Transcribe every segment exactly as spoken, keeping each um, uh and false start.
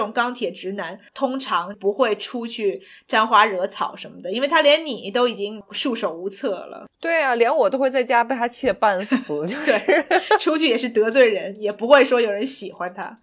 这种钢铁直男通常不会出去沾花惹草什么的，因为他连你都已经束手无策了。 对啊，连我都会在家被他气得半死。就是、 对，出去也是得罪人，也不会说有人喜欢他。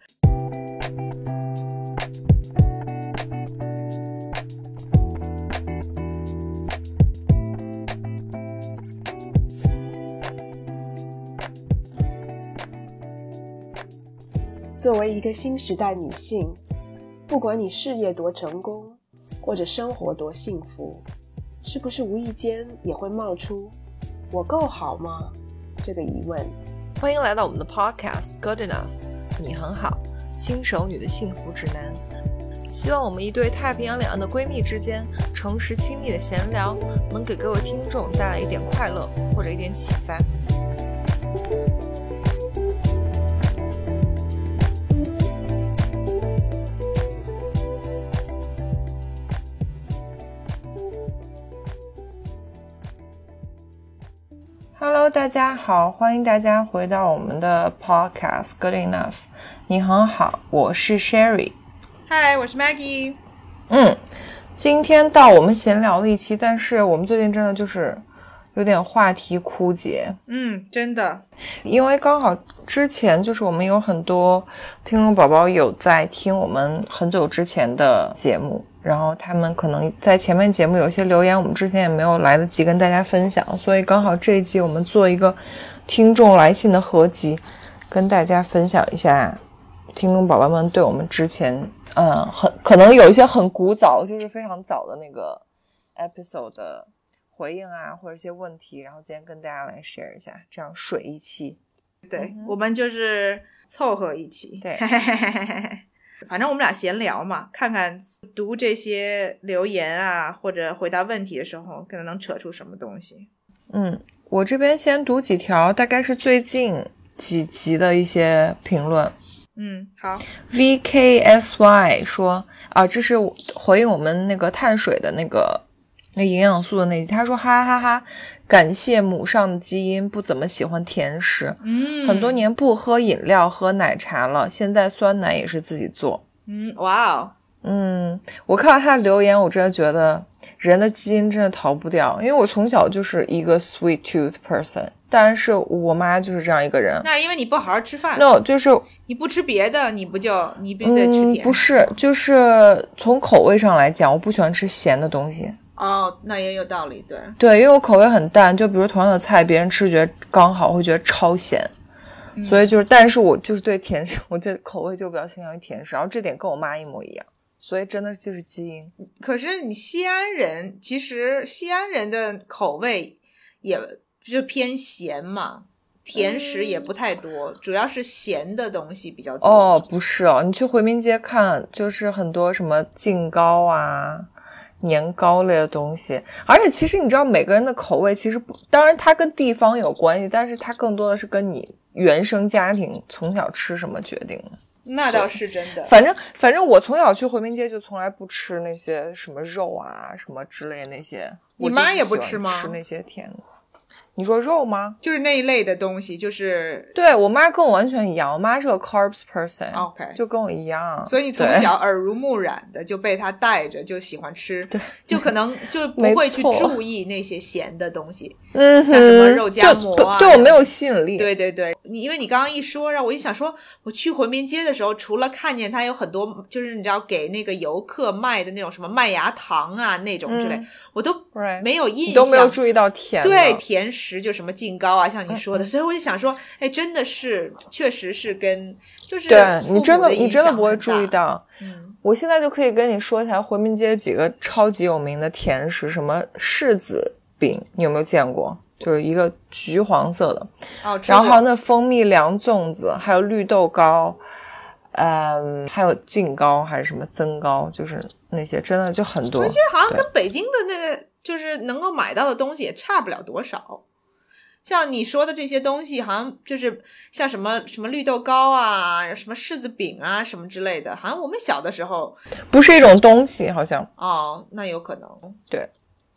作为一个新时代女性，不管你事业多成功，或者生活多幸福，是不是无意间也会冒出我够好吗这个疑问。 欢迎来到我们的 podcast Good Enough， 你很好，新手女的幸福指南。希望我们一对太平洋两岸的闺蜜之间诚实亲密的闲聊，能给各位听众带来一点快乐或者一点启发。Hello， 大家好，欢迎大家回到我们的 podcast Good Enough。你很好，我是 Sherry。 嗨，我是 Maggie。 嗯，今天到我们闲聊的一期，但是我们最近真的就是有点话题枯竭。 嗯，真的， 因为刚好之前就是我们有很多听众宝宝有在听我们很久之前的节目。然后他们可能在前面节目有一些留言，我们之前也没有来得及跟大家分享，所以刚好这一集我们做一个听众来信的合集，跟大家分享一下听众宝宝们对我们之前嗯，很可能有一些很古早，就是非常早的那个 episode 的回应啊，或者一些问题，然后今天跟大家来 share 一下，这样水一期。 对、嗯、我们就是凑合一期。 对反正我们俩闲聊嘛，看看读这些留言啊或者回答问题的时候可能能扯出什么东西。 嗯，我这边先读几条大概是最近几集的一些评论。 嗯，好。 V K S Y 说啊，这是回应我们那个碳水的那个那营养素的那集，他说哈哈哈哈，感谢母上的基因，不怎么喜欢甜食， 嗯， 很多年不喝饮料喝奶茶了，现在酸奶也是自己做。 嗯，哇哦。 嗯，我看到他的留言，我真的觉得人的基因真的逃不掉，因为我从小就是一个 sweet tooth person， 但是我妈就是这样一个人。 那因为你不好好吃饭。 no 就是你不吃别的，你不就你必须得吃甜、 嗯、不是，就是从口味上来讲，我不喜欢吃咸的东西。 哦，那也有道理。对对，因为我口味很淡，就比如同样的菜别人吃觉得刚好会觉得超咸、嗯、所以就是但是我就是对甜食，我对口味就比较倾向于甜食，然后这点跟我妈一模一样，所以真的就是基因。 可是你西安人，其实西安人的口味也就偏咸嘛，甜食也不太多、嗯、主要是咸的东西比较多。 哦，不是哦，你去回民街看，就是很多什么劲糕啊年糕类的东西，而且其实你知道每个人的口味其实不，当然它跟地方有关系，但是它更多的是跟你原生家庭从小吃什么决定的。 那倒是真的。 反正反正我从小去回民街就从来不吃那些什么肉啊什么之类的那些。 你妈也不吃吗？ 吃那些甜的。你说肉吗？ 就是那一类的东西，就是对，我妈跟我完全一样，我妈是个 carbs person。 OK， 就跟我一样， 所以你从小耳濡目染的就被她带着，就喜欢吃。 对， 就可能就不会去注意那些咸的东西。 嗯， 像什么肉夹馍啊， 对我没有吸引力。 对对对，你因为你刚刚一说，让我一想说，我去回民街的时候，除了看见它有很多就是你知道给那个游客卖的那种什么麦芽糖啊那种之类、嗯、我都没有印象， 你都没有注意到甜的。 对，甜食就什么劲糕啊，像你说的、嗯、所以我就想说，哎，真的是确实是跟就是对你真的你真的不会注意到。 嗯， 我现在就可以跟你说一下回民街几个超级有名的甜食，什么柿子饼，你有没有见过？就是一个橘黄色的、 哦、 然后还有那蜂蜜凉粽子，还有绿豆糕，嗯，还有劲糕还是什么增糕，就是那些真的就很多。 我觉得好像跟北京的那个就是能够买到的东西也差不了多少。像你说的这些东西好像就是像什么什么绿豆糕啊，什么柿子饼啊什么之类的，好像我们小的时候不是一种东西好像。 哦，那有可能。 对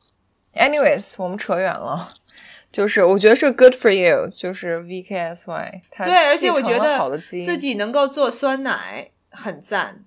anyways 我们扯远了，就是我觉得是 good for you， 就是 V K S Y 对，而且我觉得自己能够做酸奶很赞。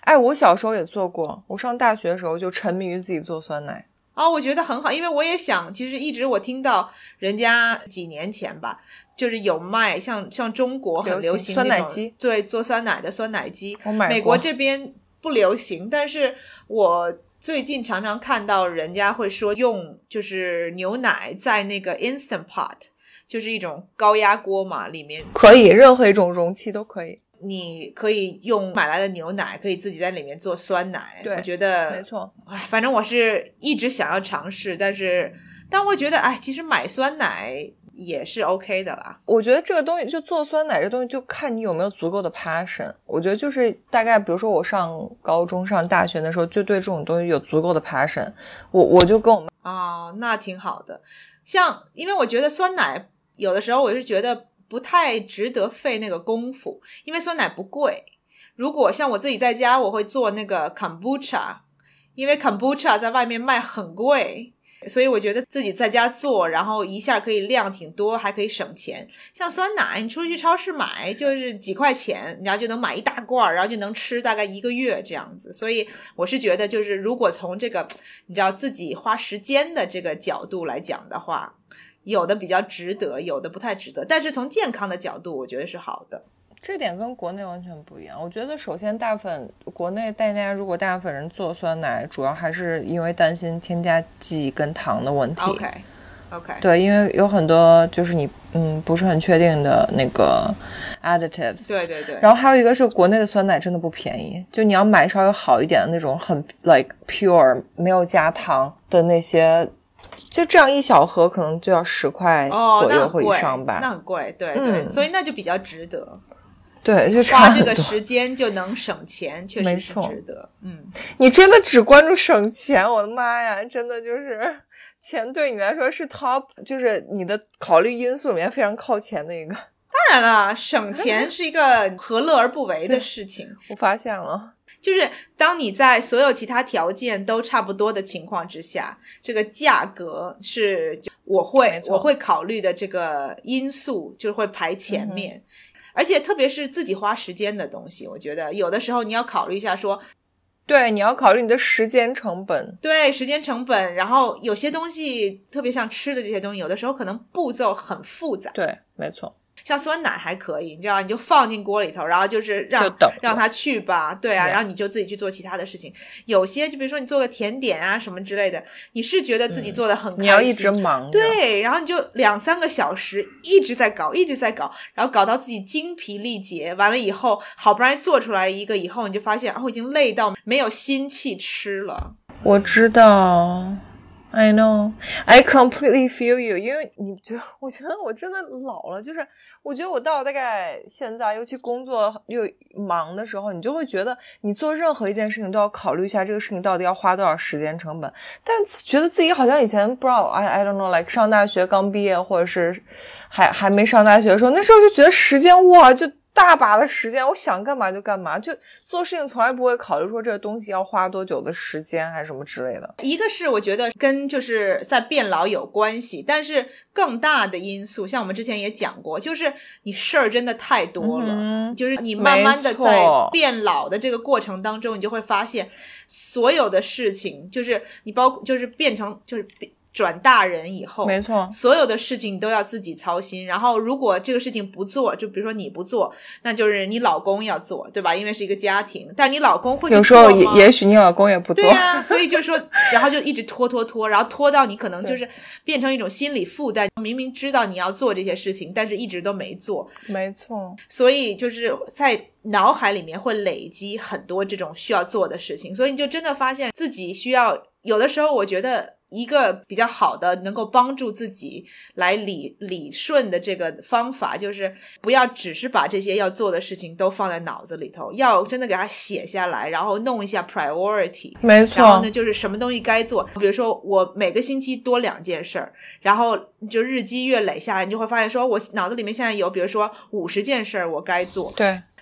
哎，我小时候也做过，我上大学的时候就沉迷于自己做酸奶。 哦，我觉得很好，因为我也想，其实一直我听到人家几年前吧，就是有卖像像中国很流行酸奶机， 对，做酸奶的酸奶机， 我买过。 美国这边不流行，但是我最近常常看到人家会说用就是牛奶在那个 Instant Pot， 就是一种高压锅嘛，里面可以任何一种容器都可以。 你可以用买来的牛奶，可以自己在里面做酸奶。 对， 我觉得没错。 哎，反正我是一直想要尝试，但是但我觉得哎，其实买酸奶也是 OK 的啦。 我觉得这个东西就做酸奶这东西就看你有没有足够的 passion。我觉得就是大概比如说我上高中上大学的时候就对这种东西有足够的 passion， 我我就跟我们哦，那挺好的。像因为我觉得酸奶有的时候我是觉得不太值得费那个功夫，因为酸奶不贵。如果像我自己在家，我会做那个 kombucha， 因为 kombucha 在外面卖很贵，所以我觉得自己在家做，然后一下可以量挺多，还可以省钱。像酸奶你出去超市买就是几块钱，然后就能买一大罐，然后就能吃大概一个月这样子。所以我是觉得就是如果从这个你知道自己花时间的这个角度来讲的话，有的比较值得，有的不太值得，但是从健康的角度我觉得是好的。 这点跟国内完全不一样。我觉得首先大部分国内大家如果大部分人做酸奶主要还是因为担心添加剂跟糖的问题。 OK OK， 对，因为有很多就是你嗯不是很确定的那个 additives。 对对对。 然后还有一个是国内的酸奶真的不便宜，就你要买稍微好一点的那种很 like pure 没有加糖的那些，就这样一小盒可能就要十块左右或以上吧。 哦，那很贵，对对、嗯，所以那就比较值得。 对，就花这个时间就能省钱，确实是值得。嗯， 你真的只关注省钱，我的妈呀，真的就是钱对你来说是 top， 就是你的考虑因素里面非常靠前的一个。 当然了，省钱是一个何乐而不为的事情。 我发现了。 就是当你在所有其他条件都差不多的情况之下，这个价格是我会我会考虑的这个因素就会排前面、嗯、而且特别是自己花时间的东西，我觉得有的时候你要考虑一下说， 对，你要考虑你的时间成本。 对，时间成本，然后有些东西特别像吃的这些东西，有的时候可能步骤很复杂。 对，没错。 像酸奶还可以，你知道，你就放进锅里头，然后就是让就等让它去吧，对啊，然后你就自己去做其他的事情。有些就比如说你做个甜点啊什么之类的，你是觉得自己做的很开心、嗯、 你要一直忙着， 对，然后你就两三个小时一直在搞，一直在搞，然后搞到自己精疲力竭，完了以后好不容易做出来一个以后，你就发现哦，已经累到没有心气吃了。 我知道。I know, I completely feel you. 因为你就我觉得我真的老了，就是我觉得我到大概现在，尤其工作又忙的时候，你就会觉得你做任何一件事情都要考虑一下这个事情到底要花多少时间成本。但觉得自己好像以前不知道 I I don't know, like 上大学刚毕业，或者是还还没上大学的时候，那时候就觉得时间哇就大把的时间，我想干嘛就干嘛，就做事情从来不会考虑说这个东西要花多久的时间还是什么之类的。 一个是我觉得跟就是在变老有关系，但是更大的因素像我们之前也讲过，就是你事儿真的太多了、嗯、就是你慢慢的在变老的这个过程当中，你就会发现所有的事情就是你包括就是变成就是转大人以后， 没错， 所有的事情你都要自己操心。然后如果这个事情不做，就比如说你不做，那就是你老公要做，对吧？因为是一个家庭，但你老公会去做吗？ 有时候也也许你老公也不做。 对啊，所以就说，然后就一直拖拖拖，然后拖到你可能就是变成一种心理负担。明明知道你要做这些事情，但是一直都没做。 没错， 所以就是在脑海里面会累积很多这种需要做的事情，所以你就真的发现自己需要，有的时候我觉得一个比较好的能够帮助自己来理理顺的这个方法，就是不要只是把这些要做的事情都放在脑子里头，要真的给它写下来，然后弄一下 priority。 没错， 然后呢就是什么东西该做，比如说我每个星期多两件事儿，然后就日积月累下来，你就会发现说我脑子里面现在有比如说五十件事儿我该做。 对，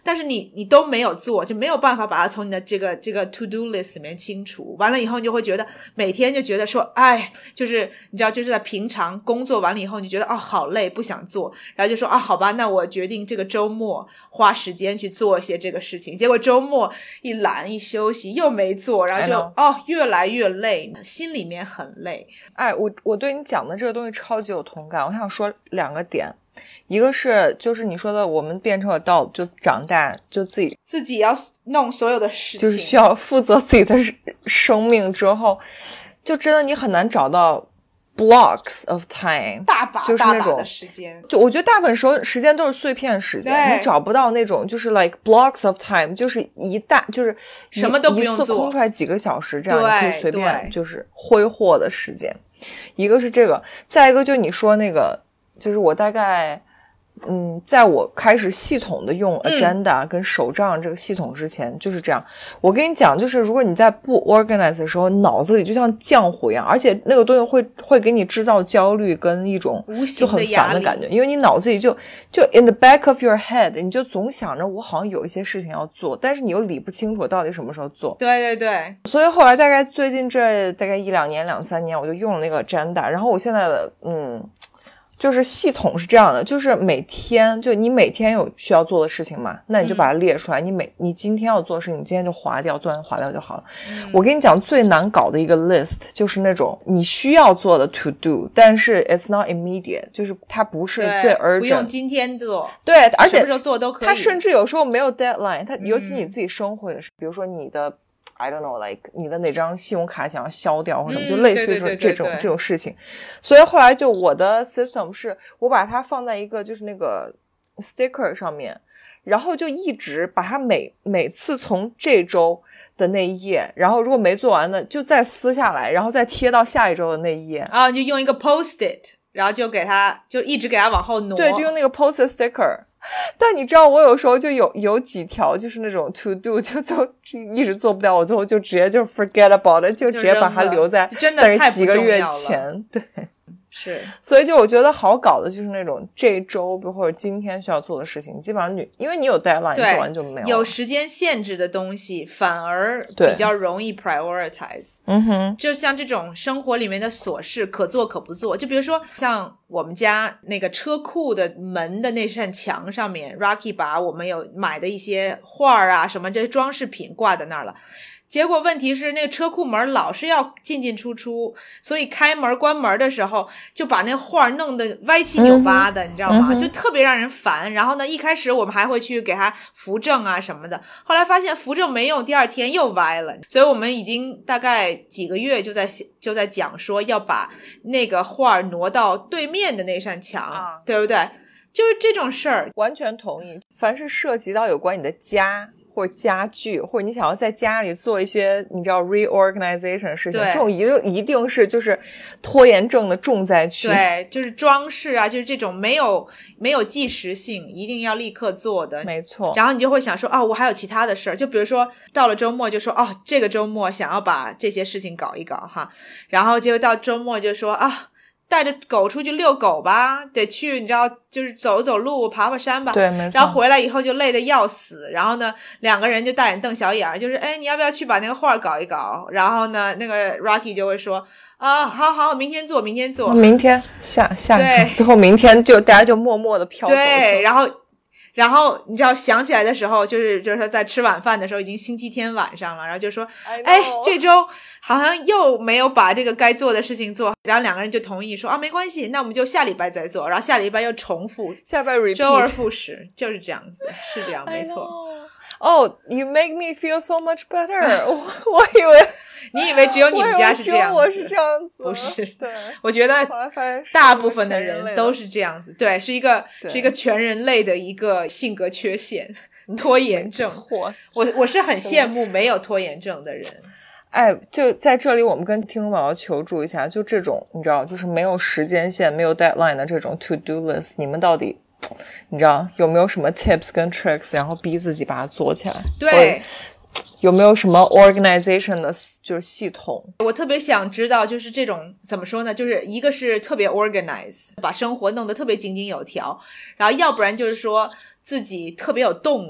但是你你都没有做，就没有办法把它从你的这个这个 to do list 里面清除。完了以后你就会觉得每天就觉得说哎，就是你知道就是在平常工作完了以后你觉得哦好累不想做，然后就说啊好吧，那我决定这个周末花时间去做一些这个事情，结果周末一懒一休息又没做，然后就哦越来越累，心里面很累。 哎，我我对你讲的这个东西超级有同感。我想说两个点，一个是就是你说的我们变成 adult 就长大就自己自己要弄所有的事情， 就是需要负责自己的生命之后，就真的你很难找到 blocks of time， 大把就是那种大把的时间， 就我觉得大部分时候时间都是碎片时间，你找不到那种就是 like blocks of time， 就是一大就是什么都不用做， 一次空出来几个小时这样你可以随便对就是挥霍的时间。一个是这个，再一个就你说那个就是我大概嗯，在我开始系统的用 agenda 跟手账这个系统之前、嗯、就是这样。我跟你讲，就是如果你在不 organize 的时候，脑子里就像浆糊一样，而且那个东西会会给你制造焦虑跟一种就很烦的感觉，因为你脑子里就就 in the back of your head， 你就总想着我好像有一些事情要做，但是你又理不清楚到底什么时候做。 对对对， 所以后来大概最近这大概一两年两三年，我就用了那个 agenda， 然后我现在的嗯。就是系统是这样的，就是每天就你每天有需要做的事情嘛，那你就把它列出来、嗯、你每你今天要做的事情你今天就划掉，做完划掉就好了、嗯、我跟你讲最难搞的一个 list 就是那种你需要做的 to do， 但是 it's not immediate， 就是它不是最 urgent， 不用今天做， 对，而且什么时候做都可以， 它甚至有时候没有 deadline， 它尤其你自己生活也是、嗯、比如说你的I don't know, like 你的哪张信用卡想要消掉或者什么、嗯、就类似于这种这种这种事情。所以后来就我的 system 是我把它放在一个就是那个 sticker 上面，然后就一直把它每每次从这周的那一页，然后如果没做完的就再撕下来，然后再贴到下一周的那一页。 啊，你就用一个 post-it， 然后就给它就一直给它往后挪。 对，就用那个 post-it sticker。但你知道我有时候就有有几条就是那种 to do 就就一直做不掉，我最后就直接就 forget about it， 就直接把它留在真的太几个月前。对， 是， 所以就我觉得好搞的就是那种这一周或者今天需要做的事情，基本上你因为你有 deadline， 你做完就没有了。 有时间限制的东西反而比较容易 prioritize。 嗯哼， 就像这种生活里面的琐事，可做可不做。就比如说像我们家那个车库的门的那扇墙上面 Rocky 把我们有买的一些画啊什么这些装饰品挂在那儿了，结果问题是那个车库门老是要进进出出，所以开门关门的时候就把那画弄得歪七扭八的、嗯、你知道吗、嗯、就特别让人烦。然后呢一开始我们还会去给它扶正啊什么的，后来发现扶正没用，第二天又歪了，所以我们已经大概几个月就在就在讲说要把那个画挪到对面的那扇墙、啊、对不对？就是这种事儿完全同意。凡是涉及到有关你的家或者家具，或者你想要在家里做一些你知道 reorganization 的事情，这种一定一定是就是拖延症的重灾区。 对，就是装饰啊，就是这种没有没有即时性一定要立刻做的。 没错。 然后你就会想说哦，我还有其他的事儿，就比如说到了周末就说哦，这个周末想要把这些事情搞一搞哈，然后结果到周末就说啊，带着狗出去遛狗吧，得去你知道就是走走路爬爬山吧。 对，没错。 然后回来以后就累得要死，然后呢两个人就大眼瞪小眼，就是哎你要不要去把那个画搞一搞，然后呢那个 Rocky 就会说啊好好明天做明天做明天下下周，最后明天就大家就默默的飘走。 对，然后然后你知道想起来的时候就是就是在吃晚饭的时候已经星期天晚上了，然后就说哎这周好像又没有把这个该做的事情做，然后两个人就同意说啊没关系，那我们就下礼拜再做，然后下礼拜又重复， 下礼拜 repeat， 周而复始，就是这样子，是这样没错。 Oh, you make me feel so much better 我, 我以为你以为只有你们家是这样子， 我是这样子， 不是。 对， 我觉得大部分的人都是这样子，对，是一个是一个全人类的一个性格缺陷，拖延症。我我是很羡慕没有拖延症的人。 哎，就在这里我们跟听众宝宝求助一下，就这种你知道就是没有时间线没有 deadline 的这种 to do list， 你们到底你知道有没有什么 tips 跟 tricks 然后逼自己把它做起来？ 对， 有没有什么 organization 的就是系统？ 我特别想知道就是这种怎么说呢，就是一个是特别 organize 把生活弄得特别井井有条，然后要不然就是说自己特别有动力，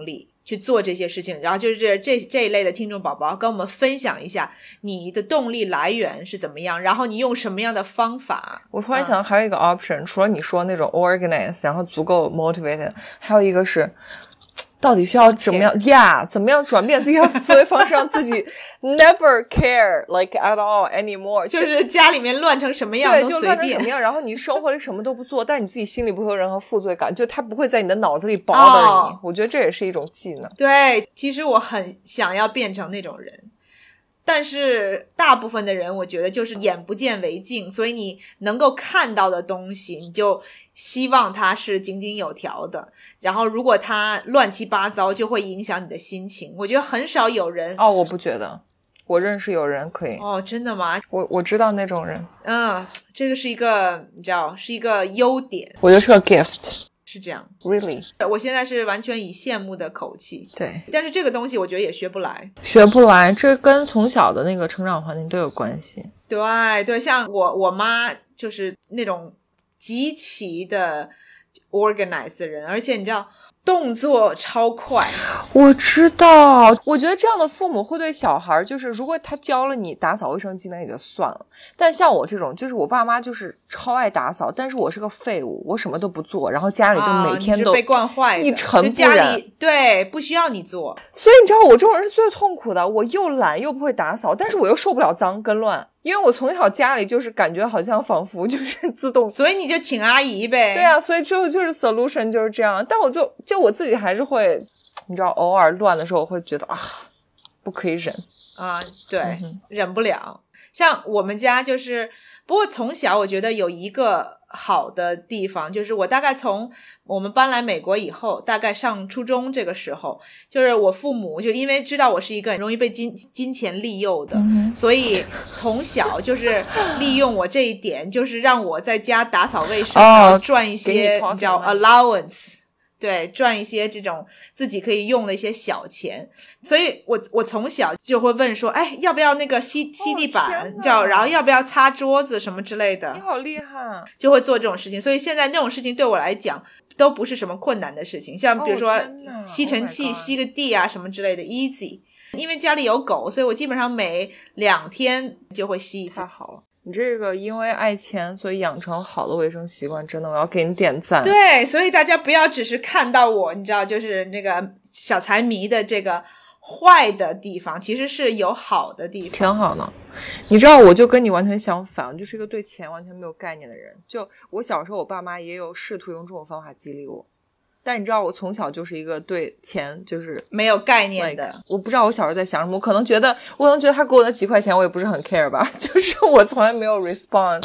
去做这些事情。然后就是这这这一类的听众宝宝跟我们分享一下你的动力来源是怎么样，然后你用什么样的方法。 我突然想到还有一个 option、嗯、除了你说那种 organize 然后足够 motivated， 还有一个是到底需要怎么样呀、yeah, 怎么样转变自己的思维方式让自己 never care like at all anymore， 就是家里面乱成什么样对都随便， 就乱成什么样，然后你生活里什么都不做但你自己心里不会有任何负罪感，就它不会在你的脑子里 bother 你、哦、我觉得这也是一种技能。 对，其实我很想要变成那种人，但是大部分的人我觉得就是眼不见为净，所以你能够看到的东西你就希望它是井井有条的，然后如果它乱七八糟就会影响你的心情。我觉得很少有人哦，我不觉得，我认识有人可以。 哦，真的吗？ 我我知道那种人。 嗯，这个是一个你知道是一个优点， 我觉得是个 gift， 是这样 really 我现在是完全以羡慕的口气， 对， 但是这个东西我觉得也学不来学不来，这跟从小的那个成长环境都有关系。 对对，像我我妈就是那种极其的 organized 的人，而且你知道动作超快。 我知道，我觉得这样的父母会对小孩，就是如果他教了你打扫卫生技能也就算了，但像我这种，就是我爸妈就是超爱打扫，但是我是个废物，我什么都不做，然后家里就每天都、 哦、你是被惯坏的， 一尘不染， 就家里对不需要你做。 所以你知道我这种人是最痛苦的，我又懒又不会打扫，但是我又受不了脏跟乱，因为我从小家里就是感觉好像仿佛就是自动， 所以你就请阿姨呗。 对啊，所以最后就是 solution 就是这样。但我就就我自己还是会，你知道偶尔乱的时候我会觉得啊不可以忍啊，对、 嗯、 忍不了。像我们家就是，不过从小我觉得有一个好的地方，就是我大概从我们搬来美国以后，大概上初中这个时候，就是我父母就因为知道我是一个很容易被金金钱利诱的、嗯、所以从小就是利用我这一点，就是让我在家打扫卫生、哦、然后赚一些你知道 allowance，对，赚一些这种自己可以用的一些小钱。所以我我从小就会问说，哎，要不要那个吸吸地板，你知道，然后要不要擦桌子什么之类的。 你好厉害， 就会做这种事情。所以现在那种事情对我来讲都不是什么困难的事情，像比如说吸尘器、oh、吸个地啊什么之类的 easy。因为家里有狗，所以我基本上每两天就会吸一次。 太好了，你这个因为爱钱所以养成好的卫生习惯，真的我要给你点赞。 对，所以大家不要只是看到我你知道就是那个小财迷的这个坏的地方，其实是有好的地方。 挺好的。你知道我就跟你完全相反，我就是一个对钱完全没有概念的人。就我小时候我爸妈也有试图用这种方法激励我，但你知道我从小就是一个对钱就是没有概念的、 like, 我不知道我小时候在想什么，我可能觉得我可能觉得他给我的几块钱我也不是很 care 吧，就是我从来没有 respond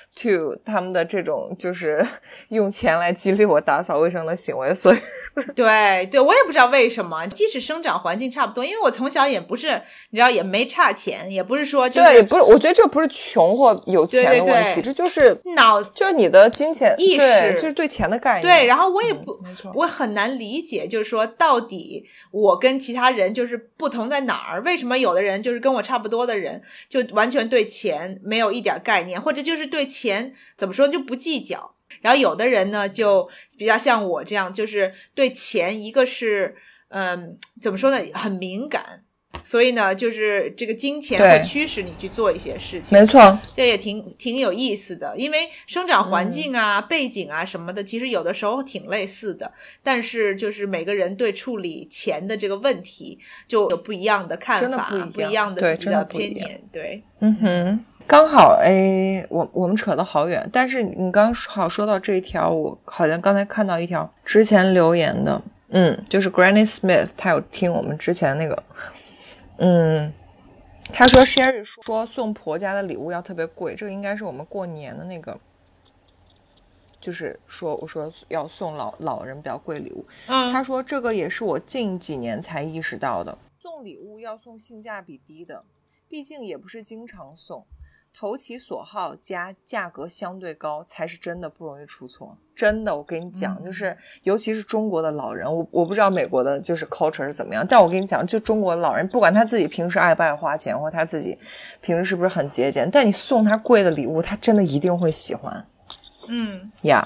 to 他们的这种就是用钱来激励我打扫卫生的行为。所以对对，我也不知道为什么，即使生长环境差不多，因为我从小也不是你知道也没差钱，也不是说就是对，也不是，我觉得这不是穷或有钱的问题， 对对对， 这就是脑就是你的金钱意识， 对，就是对钱的概念。 对，然后我也不、 嗯、 我很难理解，就是说到底我跟其他人就是不同在哪儿？为什么有的人就是跟我差不多的人就完全对钱没有一点概念，或者就是对钱怎么说就不计较，然后有的人呢就比较像我这样，就是对钱一个是嗯怎么说呢很敏感，所以呢就是这个金钱会驱使你去做一些事情。 没错， 这也挺挺有意思的，因为生长环境啊、嗯、背景啊什么的其实有的时候挺类似的，但是就是每个人对处理钱的这个问题就有不一样的看法， 不一样不一样的自己的偏见。对， 嗯哼，刚好哎，我我们扯得好远，但是你刚好说到这一条，我好像刚才看到一条之前留言的，嗯，就是 Granny Smith， 他有听我们之前那个，嗯，他说 Sherry 说送婆家的礼物要特别贵，这个应该是我们过年的那个，就是说我说要送老老人比较贵礼物， 嗯， 他说这个也是我近几年才意识到的，送礼物要送性价比低的，毕竟也不是经常送。投其所好加价格相对高才是真的不容易出错，真的我跟你讲、嗯、就是尤其是中国的老人，我我不知道美国的就是 culture 是怎么样，但我跟你讲就中国的老人不管他自己平时爱不爱花钱或他自己平时是不是很节俭，但你送他贵的礼物他真的一定会喜欢。 嗯呀、yeah.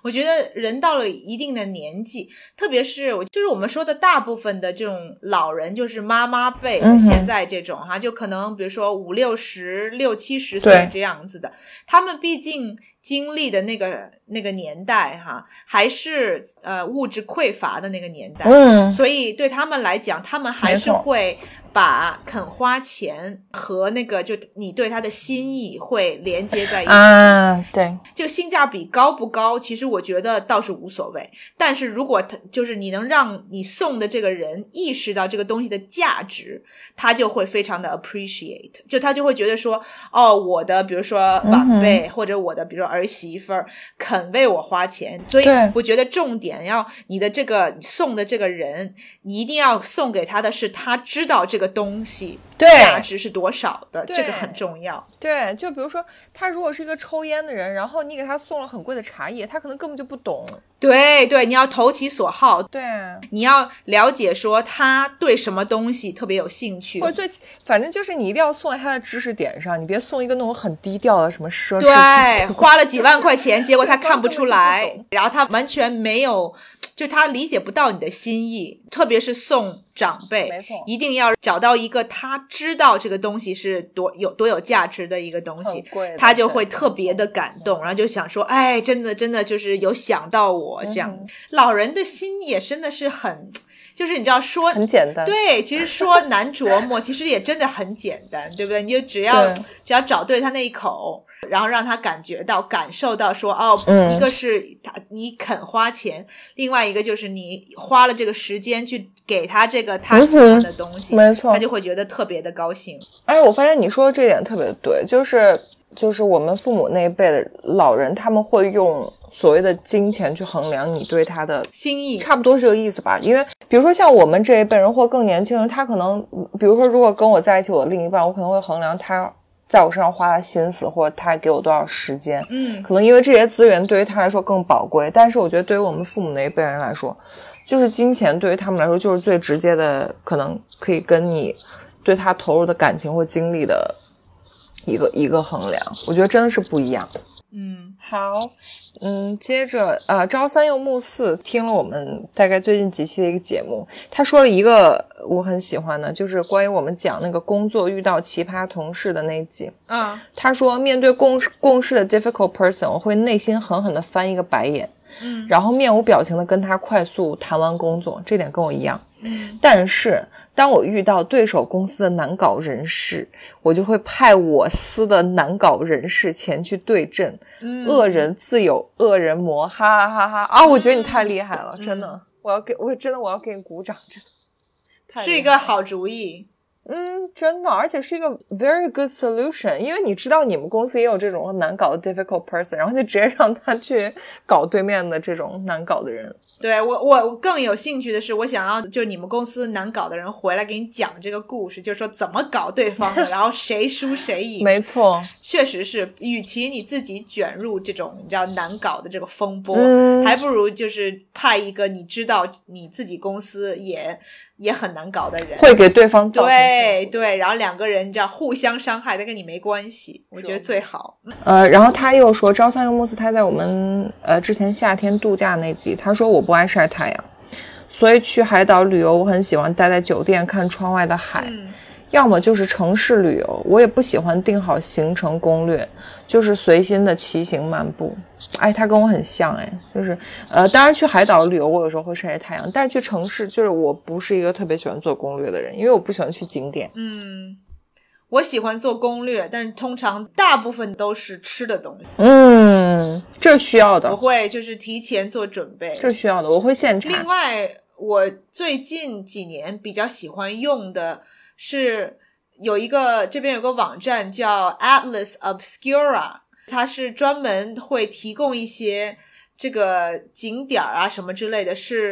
我觉得人到了一定的年纪，特别是就是我们说的大部分的这种老人，就是妈妈辈的、嗯、现在这种哈，就可能比如说五六十六七十岁这样子的，他们毕竟经历的那个那个年代哈，还是呃物质匮乏的那个年代， 嗯， 所以对他们来讲，他们还是会把肯花钱和那个就你对他的心意会连接在一起啊，对， 就性价比高不高，其实我觉得倒是无所谓。但是如果他就是你能让你送的这个人意识到这个东西的价值，他就会非常的 appreciate， 就他就会觉得说，哦，我的比如说晚辈、嗯、或者我的比如说儿媳妇儿肯为我花钱，所以我觉得重点要你的这个送的这个人，你一定要送给他的是他知道这个东西价值是多少的，这个很重要。 对，就比如说他如果是一个抽烟的人，然后你给他送了很贵的茶叶，他可能根本就不懂。 对对，你要投其所好。 对， 你要了解说他对什么东西特别有兴趣， 或者最反正就是你一定要送在他的知识点上，你别送一个那种很低调的什么奢侈品， 对，花了几万块钱结果他看不出来，然后他完全没有，就他理解不到你的心意。特别是送长辈， 没错， 一定要找到一个他知道这个东西是多有多有价值的一个东西，他就会特别的感动，然后就想说，哎，真的真的就是有想到我这样、嗯、老人的心也真的是很，就是你知道说很简单， 对，其实说难琢磨其实也真的很简单，对不对？你就只要只要找对他那一口，然后让他感觉到感受到说，哦、嗯、一个是他你肯花钱，另外一个就是你花了这个时间去给他这个他喜欢的东西、 嗯、没错， 他就会觉得特别的高兴。 哎，我发现你说的这点特别对，就是就是我们父母那一辈的老人，他们会用所谓的金钱去衡量你对他的心意， 差不多是这个意思吧。因为比如说像我们这一辈人或更年轻人，他可能比如说如果跟我在一起，我的另一半，我可能会衡量他在我身上花的心思，或者他给我多少时间， 嗯， 可能因为这些资源对于他来说更宝贵。但是我觉得对于我们父母那一辈人来说，就是金钱对于他们来说就是最直接的，可能可以跟你对他投入的感情或精力的一个一个衡量，我觉得真的是不一样。 嗯， 好，嗯，接着呃，朝三又暮四听了我们大概最近几期的一个节目，他说了一个我很喜欢的，就是关于我们讲那个工作遇到奇葩同事的那一集。 啊， 他说面对共共事的 difficult person， 我会内心狠狠地翻一个白眼， 嗯， 然后面无表情地跟他快速谈完工作，这点跟我一样。 嗯， 但是当我遇到对手公司的难搞人士，我就会派我司的难搞人士前去对阵。 嗯， 恶人自有恶人磨，哈哈哈哈啊！我觉得你太厉害了，嗯、真的，我要给我真的我要给你鼓掌，真的太厉害了， 是一个好主意。 嗯，真的，而且是一个 very good solution， 因为你知道你们公司也有这种难搞的 difficult person， 然后就直接让他去搞对面的这种难搞的人。 对，我我更有兴趣的是，我想要就你们公司难搞的人回来给你讲这个故事，就是说怎么搞对方的，然后谁输谁赢。 没错， 确实是，与其你自己卷入这种你知道难搞的这个风波， 嗯、 还不如就是派一个你知道你自己公司也也很难搞的人， 会给对方造成对对，然后两个人这样互相伤害，但跟你没关系，我觉得最好。 呃，然后他又说，朝三又暮四，他在我们呃之前夏天度假那集，他说我不爱晒太阳，所以去海岛旅游，我很喜欢待在酒店看窗外的海， 嗯、 要么就是城市旅游，我也不喜欢定好行程攻略，就是随心的骑行漫步。哎，他跟我很像哎，就是呃，当然去海岛旅游我有时候会晒晒太阳，但去城市就是我不是一个特别喜欢做攻略的人，因为我不喜欢去景点。 嗯，我喜欢做攻略，但是通常大部分都是吃的东西。 嗯，这需要的， 我会就是提前做准备， 这需要的，我会现查。 另外，我最近几年比较喜欢用的是有一个这边有个网站叫 Atlas Obscura。它是专门会提供一些这个景点啊什么之类的，是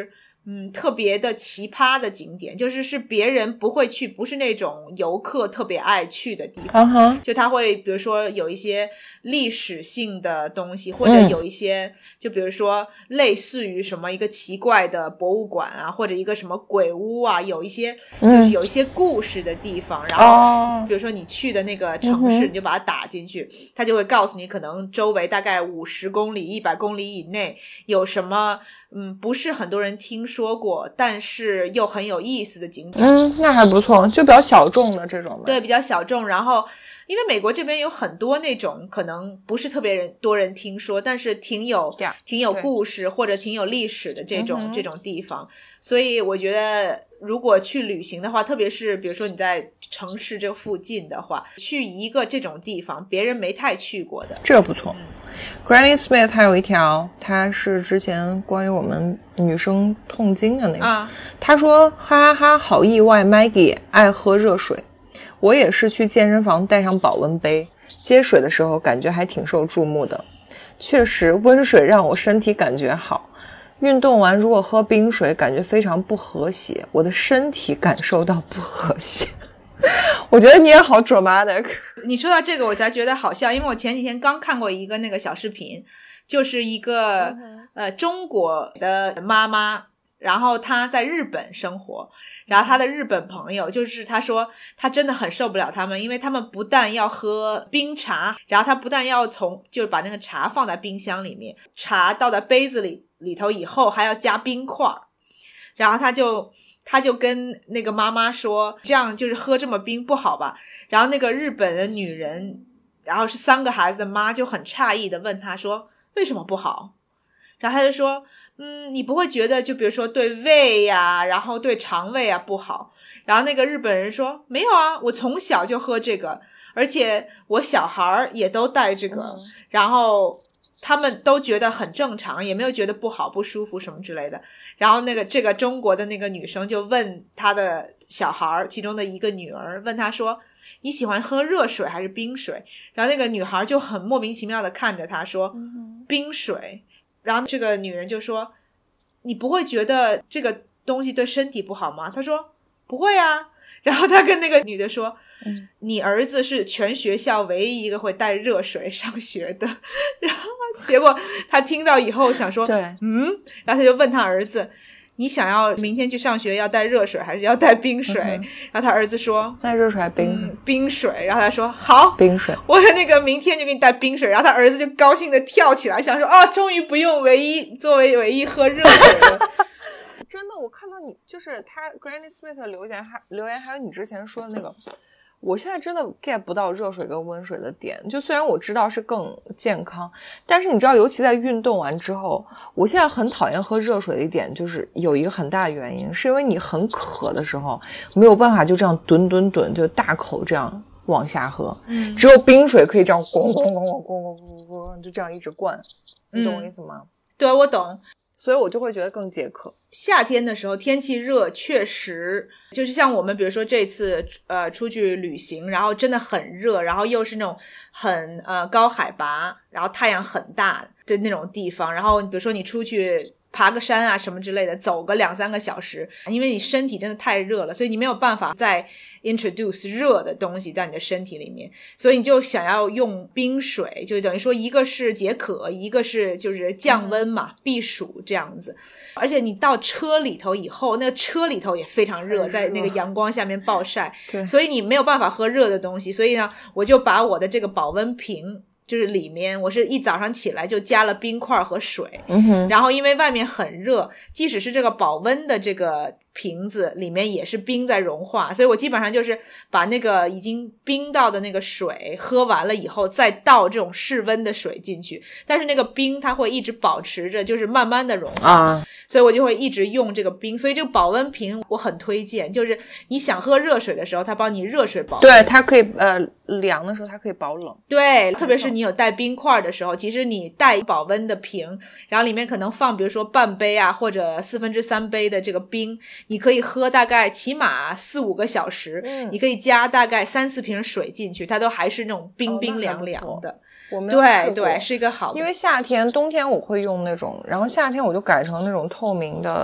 嗯，特别的奇葩的景点，就是是别人不会去，不是那种游客特别爱去的地方。 uh-huh. 就他会比如说有一些历史性的东西，或者有一些、嗯、就比如说类似于什么一个奇怪的博物馆啊，或者一个什么鬼屋啊，有一些就是有一些故事的地方、嗯、然后比如说你去的那个城市、嗯、你就把它打进去，他就会告诉你可能周围大概五十公里一百公里以内有什么嗯不是很多人听说过但是又很有意思的景点。 嗯，那还不错，就比较小众的这种吧。 对，比较小众。然后因为美国这边有很多那种可能不是特别人多人听说，但是挺有、yeah, 挺有故事或者挺有历史的这种、嗯、这种地方。所以我觉得如果去旅行的话，特别是比如说你在城市这附近的话，去一个这种地方别人没太去过的， 这个不错。Granny Smith 还有一条，他是之前关于我们女生痛经的那个、啊、他说哈哈哈好意外 Maggie 爱喝热水，我也是去健身房带上保温杯接水的时候感觉还挺受注目的，确实温水让我身体感觉好，运动完如果喝冰水感觉非常不和谐，我的身体感受到不和谐。我觉得你也好 dramatic。 你说到这个我才觉得好笑，因为我前几天刚看过一个那个小视频，就是一个、嗯、呃中国的妈妈，然后她在日本生活，然后她的日本朋友就是她说她真的很受不了他们，因为他们不但要喝冰茶，然后她不但要从就是把那个茶放在冰箱里面，茶倒在杯子里里头以后还要加冰块，然后她就他就跟那个妈妈说这样就是喝这么冰不好吧，然后那个日本的女人然后是三个孩子的妈就很诧异的问他说为什么不好，然后他就说嗯，你不会觉得就比如说对胃呀然后对肠胃啊不好，然后那个日本人说没有啊，我从小就喝这个，而且我小孩也都带这个、嗯、然后他们都觉得很正常，也没有觉得不好不舒服什么之类的。然后那个这个中国的那个女生就问她的小孩其中的一个女儿，问她说你喜欢喝热水还是冰水，然后那个女孩就很莫名其妙的看着她说、嗯、冰水，然后这个女人就说你不会觉得这个东西对身体不好吗，她说不会啊，然后她跟那个女的说、嗯、你儿子是全学校唯一一个会带热水上学的，然后结果他听到以后想说对嗯，然后他就问他儿子你想要明天去上学要带热水还是要带冰水、嗯、然后他儿子说带热水还是冰水、 嗯、冰水，然后他说好冰水， 我那个明天就给你带冰水，然后他儿子就高兴的跳起来想说哦，终于不用唯一作为唯一喝热水了真的我看到你就是他 Granny Smith 的留言还留言还有你之前说的那个，我现在真的 get 不到热水跟温水的点，就虽然我知道是更健康，但是你知道尤其在运动完之后，我现在很讨厌喝热水的一点就是有一个很大的原因是因为你很渴的时候没有办法就这样吨吨吨就大口这样往下喝、嗯、只有冰水可以这样咣咣咣咣咣咣咣就这样一直灌，你懂我意思吗、嗯、 对我懂， 所以我就会觉得更解渴。 夏天的时候天气热确实就是像我们比如说这次呃出去旅行，然后真的很热，然后又是那种很呃高海拔，然后太阳很大的那种地方，然后比如说你出去爬个山啊什么之类的，走个两三个小时，因为你身体真的太热了，所以你没有办法再 introduce 热的东西在你的身体里面，所以你就想要用冰水，就等于说一个是解渴，一个是就是降温嘛、嗯、避暑这样子。而且你到车里头以后，那个车里头也非常热，在那个阳光下面暴晒， 对， 所以你没有办法喝热的东西，所以呢我就把我的这个保温瓶就是里面我是一早上起来就加了冰块和水、 嗯、哼然后因为外面很热，即使是这个保温的这个瓶子里面也是冰在融化，所以我基本上就是把那个已经冰到的那个水喝完了以后再倒这种室温的水进去，但是那个冰它会一直保持着就是慢慢的融化、啊、所以我就会一直用这个冰，所以这个保温瓶我很推荐，就是你想喝热水的时候它帮你热水保温， 对，它可以呃凉的时候它可以保冷， 对，特别是你有带冰块的时候，其实你带保温的瓶，然后里面可能放比如说半杯啊或者四分之三杯的这个冰，你可以喝大概起码四五个小时、嗯、你可以加大概三四瓶水进去，它都还是那种冰冰凉凉的、哦、 我没有试过， 对对，是一个好的， 因为夏天冬天我会用那种，然后夏天我就改成那种透明的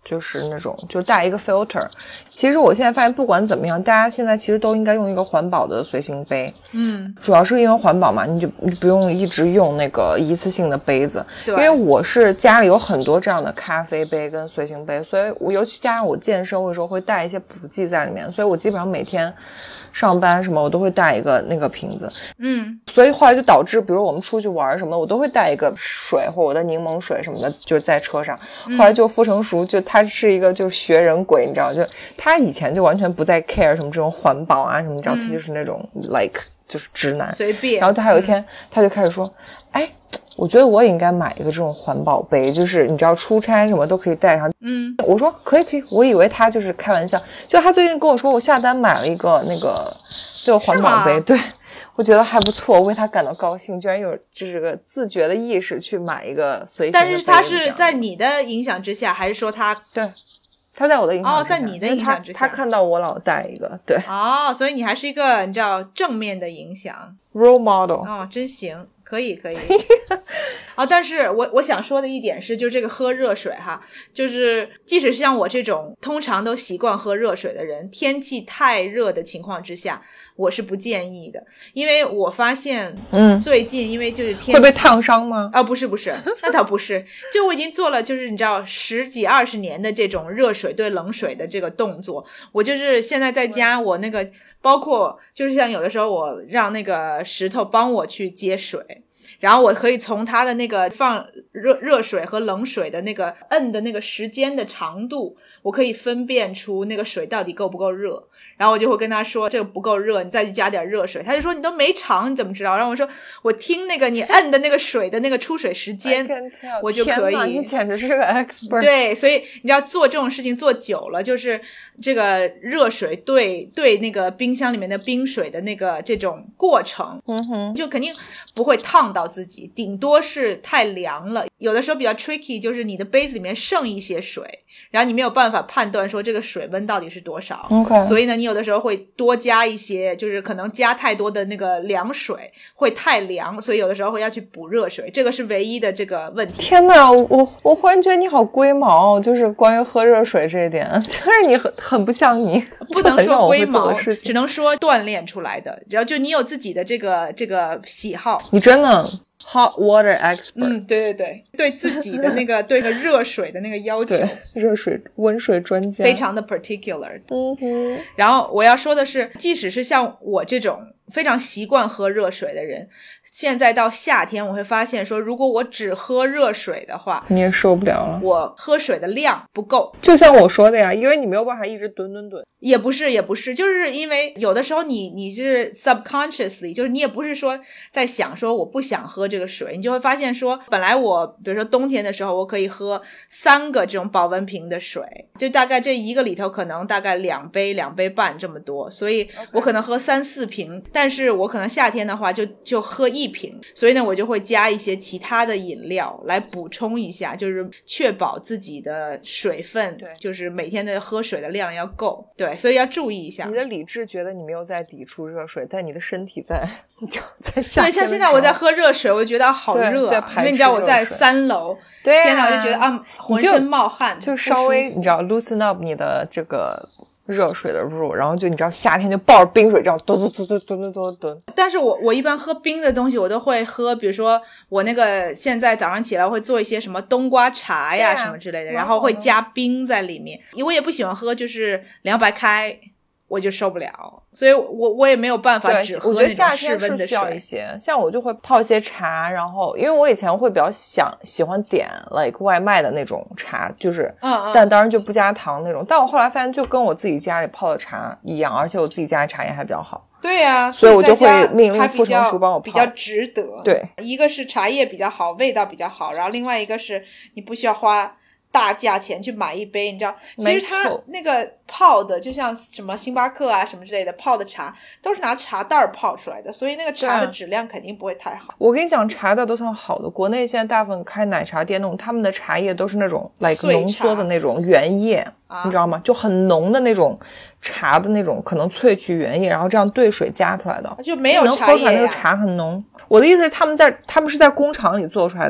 就是那种就带一个 filter。其实我现在发现不管怎么样，大家现在其实都应该用一个环保的随行杯。 嗯， 主要是因为环保嘛，你就你不用一直用那个一次性的杯子。 对， 因为我是家里有很多这样的咖啡杯跟随行杯，所以我尤其加上我健身，我有时候会带一些补剂在里面，所以我基本上每天上班什么我都会带一个那个瓶子。 嗯， 所以后来就导致比如我们出去玩什么我都会带一个水或我的柠檬水什么的就是在车上。后来就傅成熟就他是一个就是学人鬼，你知道，就他以前就完全不再 care 什么这种环保啊什么，你知道，他就是那种 like 就是直男随便。 然后他还有一天、嗯、他就开始说，哎，我觉得我也应该买一个这种环保杯，就是你知道出差什么都可以带上。 嗯， 我说可以可以，我以为他就是开玩笑，就他最近跟我说我下单买了一个那个这个环保杯，对，我觉得还不错，我为他感到高兴，居然有就是个自觉的意识去买一个随行的杯。 但是他是在你的影响之下，还是说他对？他在我的影响之下， 哦，在你的影响之下， 他, 他看到我老带一个，对， 哦，所以你还是一个你知道正面的影响 ，role model， 哦，真行，可以可以。哦，但是我我想说的一点是，就这个喝热水哈，就是即使是像我这种通常都习惯喝热水的人，天气太热的情况之下，我是不建议的，因为我发现，嗯，最近因为就是天气会被烫伤吗？ 啊、哦，不是不是，那倒不是，就我已经做了就是你知道十几二十年的这种热水对冷水的这个动作，我就是现在在家，我那个包括就是像有的时候我让那个石头帮我去接水。然后我可以从它的那个放热热水和冷水的那个摁的那个时间的长度，我可以分辨出那个水到底够不够热。然后我就会跟他说这个不够热，你再去加点热水。他就说你都没尝你怎么知道？然后我说我听那个你摁的那个水的那个出水时间我就可以。 你简直是个 expert。 对，所以你知道做这种事情做久了，就是这个热水对对那个冰箱里面的冰水的那个这种过程， 嗯哼， 就肯定不会烫到自己，顶多是太凉了。有的时候比较 tricky， 就是你的杯子里面剩一些水，然后你没有办法判断说这个水温到底是多少。 Okay. 所以呢，你有的时候会多加一些，就是可能加太多的那个凉水会太凉，所以有的时候会要去补热水，这个是唯一的这个问题。 天哪，我我忽然觉得你好龟毛，就是关于喝热水这一点，就是你很很不像你， 不能说龟毛，只能说锻炼出来的。然后就你有自己的这个这个喜好， 你真的。Hot water expert。 嗯，对对对，对自己的那个对个热水的那个要求， 对热水温水专家， 非常的 particular。 嗯哼。 然后我要说的是，即使是像我这种非常习惯喝热水的人，现在到夏天我会发现说，如果我只喝热水的话， 你也受不了了， 我喝水的量不够。 就像我说的呀，因为你没有办法一直蹲蹲蹲。 也不是也不是，就是因为有的时候你你是 subconsciously， 就是你也不是说在想说我不想喝这个水，你就会发现说，本来我比如说冬天的时候我可以喝三个这种保温瓶的水，就大概这一个里头可能大概两杯两杯半这么多，所以我可能喝三四瓶，但是我可能夏天的话就就喝一瓶，所以呢我就会加一些其他的饮料来补充一下，就是确保自己的水分， 对， 就是每天的喝水的量要够。对，所以要注意一下。 你的理智觉得你没有在抵触热水，但你的身体在在夏天。 对，像现在我在喝热水，我就觉得好热、啊，因为你知道我在三楼， 对、啊， 天哪，我就觉得啊，浑身冒汗， 就稍微你知道 loosen up 你的这个热水的入，然后就你知道夏天就抱着冰水这样蹲蹲蹲蹲蹲蹲蹲蹲。 但是我我一般喝冰的东西我都会喝，比如说我那个现在早上起来会做一些什么冬瓜茶呀、啊、什么之类的，然后会加冰在里面。我也不喜欢喝就是凉白开，我就受不了，所以我我也没有办法只喝那种室温的水。我觉得夏天是需要一些，像我就会泡一些茶，然后因为我以前会比较想喜欢点 like 外卖的那种茶，就是嗯嗯， 但当然就不加糖那种，但我后来发现就跟我自己家里泡的茶一样，而且我自己家里茶叶还比较好。 对啊， 所以我就会命令傅成熟帮我泡， 比较值得。 对， 一个是茶叶比较好，味道比较好，然后另外一个是你不需要花大价钱去买一杯，你知道其实它那个泡的就像什么星巴克啊什么之类的泡的茶都是拿茶袋泡出来的，所以那个茶的质量肯定不会太好。 我跟你讲，茶的都算好的，国内现在大部分开奶茶店那种他们的茶叶都是那种 like 浓缩的那种原叶、啊、你知道吗，就很浓的那种茶的那种可能萃取原叶，然后这样兑水加出来的， 就没有茶叶、啊、 能喝出来那个茶很浓。我的意思是他们在他们是在工厂里做出来的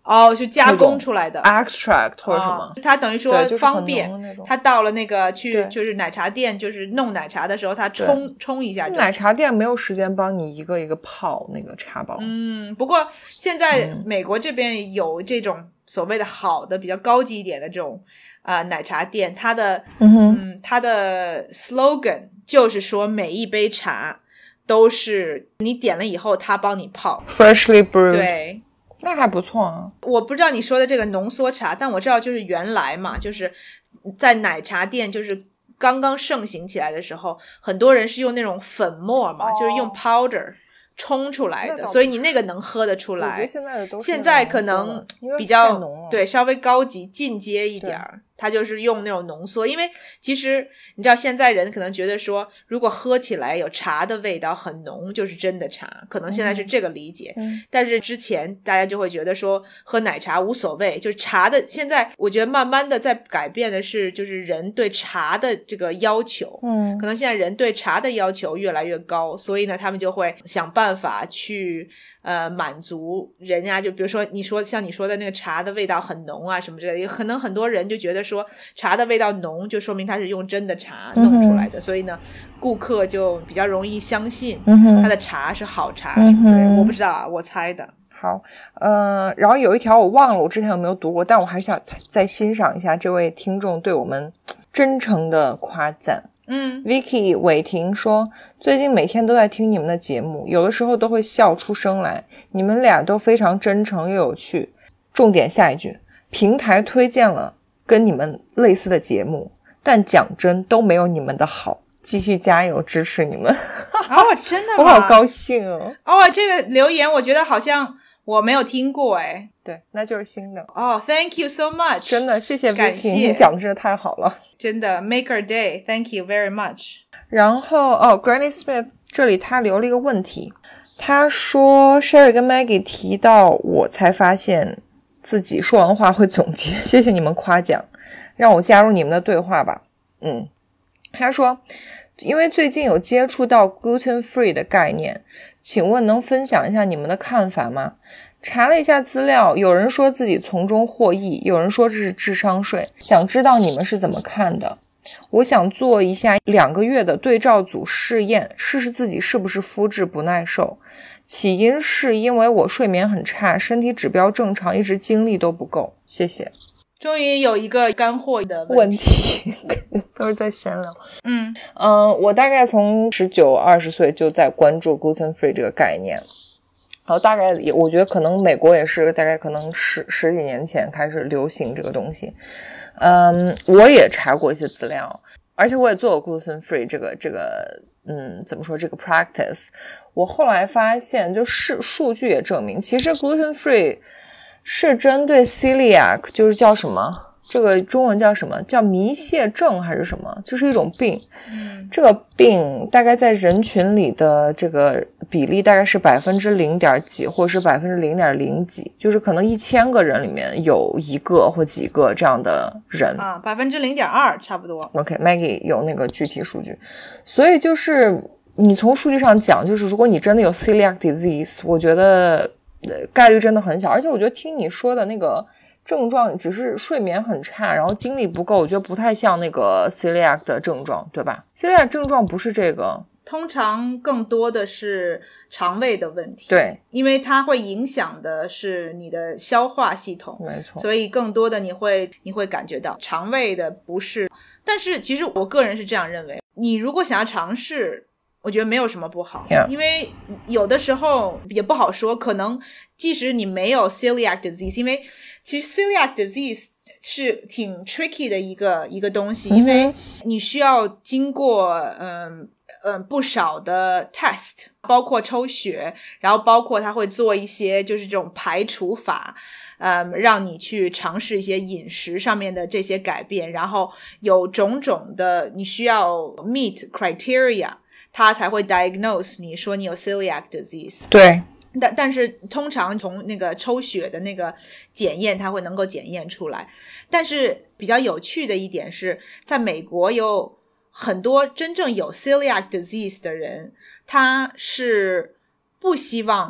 哦，就加工出来的 extract 或者什么、 哦、它等于说方便，它到了那个去就是奶茶店就是弄奶茶的时候它冲冲一下， 奶茶店没有时间帮你一个一个泡那个茶包。 嗯，不过现在美国这边有这种所谓的好的比较高级一点的这种啊、呃、奶茶店，它的嗯, 嗯它的 slogan 就是说每一杯茶都是你点了以后他帮你泡 freshly brewed。 对， 那还不错啊。 我不知道你说的这个浓缩茶，但我知道就是原来嘛，就是在奶茶店就是刚刚盛行起来的时候，很多人是用那种粉末嘛、哦、就是用 powder 冲出来的，所以你那个能喝得出来。我觉得现在的都是现在可能比较对稍微高级进阶一点，它就是用那种浓缩。因为其实你知道现在人可能觉得说如果喝起来有茶的味道很浓就是真的茶，可能现在是这个理解、嗯、但是之前大家就会觉得说喝奶茶无所谓，就是茶的现在我觉得慢慢的在改变的是就是人对茶的这个要求，嗯，可能现在人对茶的要求越来越高，所以呢他们就会想办法去呃满足人家，就比如说你说像你说的那个茶的味道很浓啊什么之类的，可能很多人就觉得说茶的味道浓就说明它是用真的茶弄出来的、嗯、所以呢顾客就比较容易相信它的茶是好茶、嗯、什么之类的，我不知道啊，我猜的。 好，呃，然后有一条我忘了我之前有没有读过，但我还是想再欣赏一下这位听众对我们真诚的夸赞。 嗯 Vicky 伟霆说最近每天都在听你们的节目，有的时候都会笑出声来，你们俩都非常真诚又有趣。重点下一句，平台推荐了跟你们类似的节目，但讲真都没有你们的好，继续加油支持你们。 哦，真的吗？ 我好高兴哦。 哦，这个留言我觉得好像我没有听过诶。 对，那就是新的。 哦、oh, Thank you so much。 真的谢谢 Vicky， 你讲的真的太好了， 真的 make our day， Thank you very much。 然后哦 Granny Smith 这里他留了一个问题，他说 Sherry 跟 Maggie 提到我才发现自己说完话会总结，谢谢你们夸奖，让我加入你们的对话吧。嗯，他说因为最近有接触到 gluten free 的概念，请问能分享一下你们的看法吗？查了一下资料，有人说自己从中获益，有人说这是智商税，想知道你们是怎么看的。我想做一下两个月的对照组试验，试试自己是不是肤质不耐受。起因是因为我睡眠很差，身体指标正常，一直精力都不够。谢谢。 终于有一个干货的问题都是在闲聊。 嗯嗯，我大概从十九二十岁就在关注 gluten free 这个概念，然后大概也我觉得可能美国也是大概可能十十几年前开始流行这个东西。嗯，我也查过一些资料，而且我也做过 gluten free 这个这个嗯怎么说这个 practice。我后来发现就是数据也证明，其实 gluten free 是针对 celiac， 就是叫什么这个中文叫什么叫糜泻症还是什么，就是一种病、嗯、这个病大概在人群里的这个比例大概是百分之零点几或者是百分之零点零几，就是可能一千个人里面有一个或几个这样的人啊，百分之零点二差不多。 OK Maggie 有那个具体数据，所以就是你从数据上讲，就是如果你真的有 celiac disease， 我觉得概率真的很小。而且我觉得听你说的那个症状只是睡眠很差然后精力不够，我觉得不太像那个 celiac 的症状，对吧？ celiac 症状不是这个， 通常更多的是肠胃的问题， 对， 因为它会影响的是你的消化系统， 没错， 所以更多的你会你会感觉到肠胃的不适。但是其实我个人是这样认为，你如果想要尝试，我觉得没有什么不好、 yeah. 因为有的时候也不好说，可能即使你没有 celiac disease， 因为其实 celiac disease 是挺 tricky 的一个一个东西，因为你需要经过嗯嗯不少的 test， 包括抽血，然后包括他会做一些就是这种排除法，嗯，让你去尝试一些饮食上面的这些改变，然后有种种的你需要 meet criteria， 他才会 diagnose 你说你有 celiac disease。 对， 但但是通常从那个抽血的那个检验它会能够检验出来。但是比较有趣的一点是，在美国有很多真正有 celiac disease 的人，他是不希望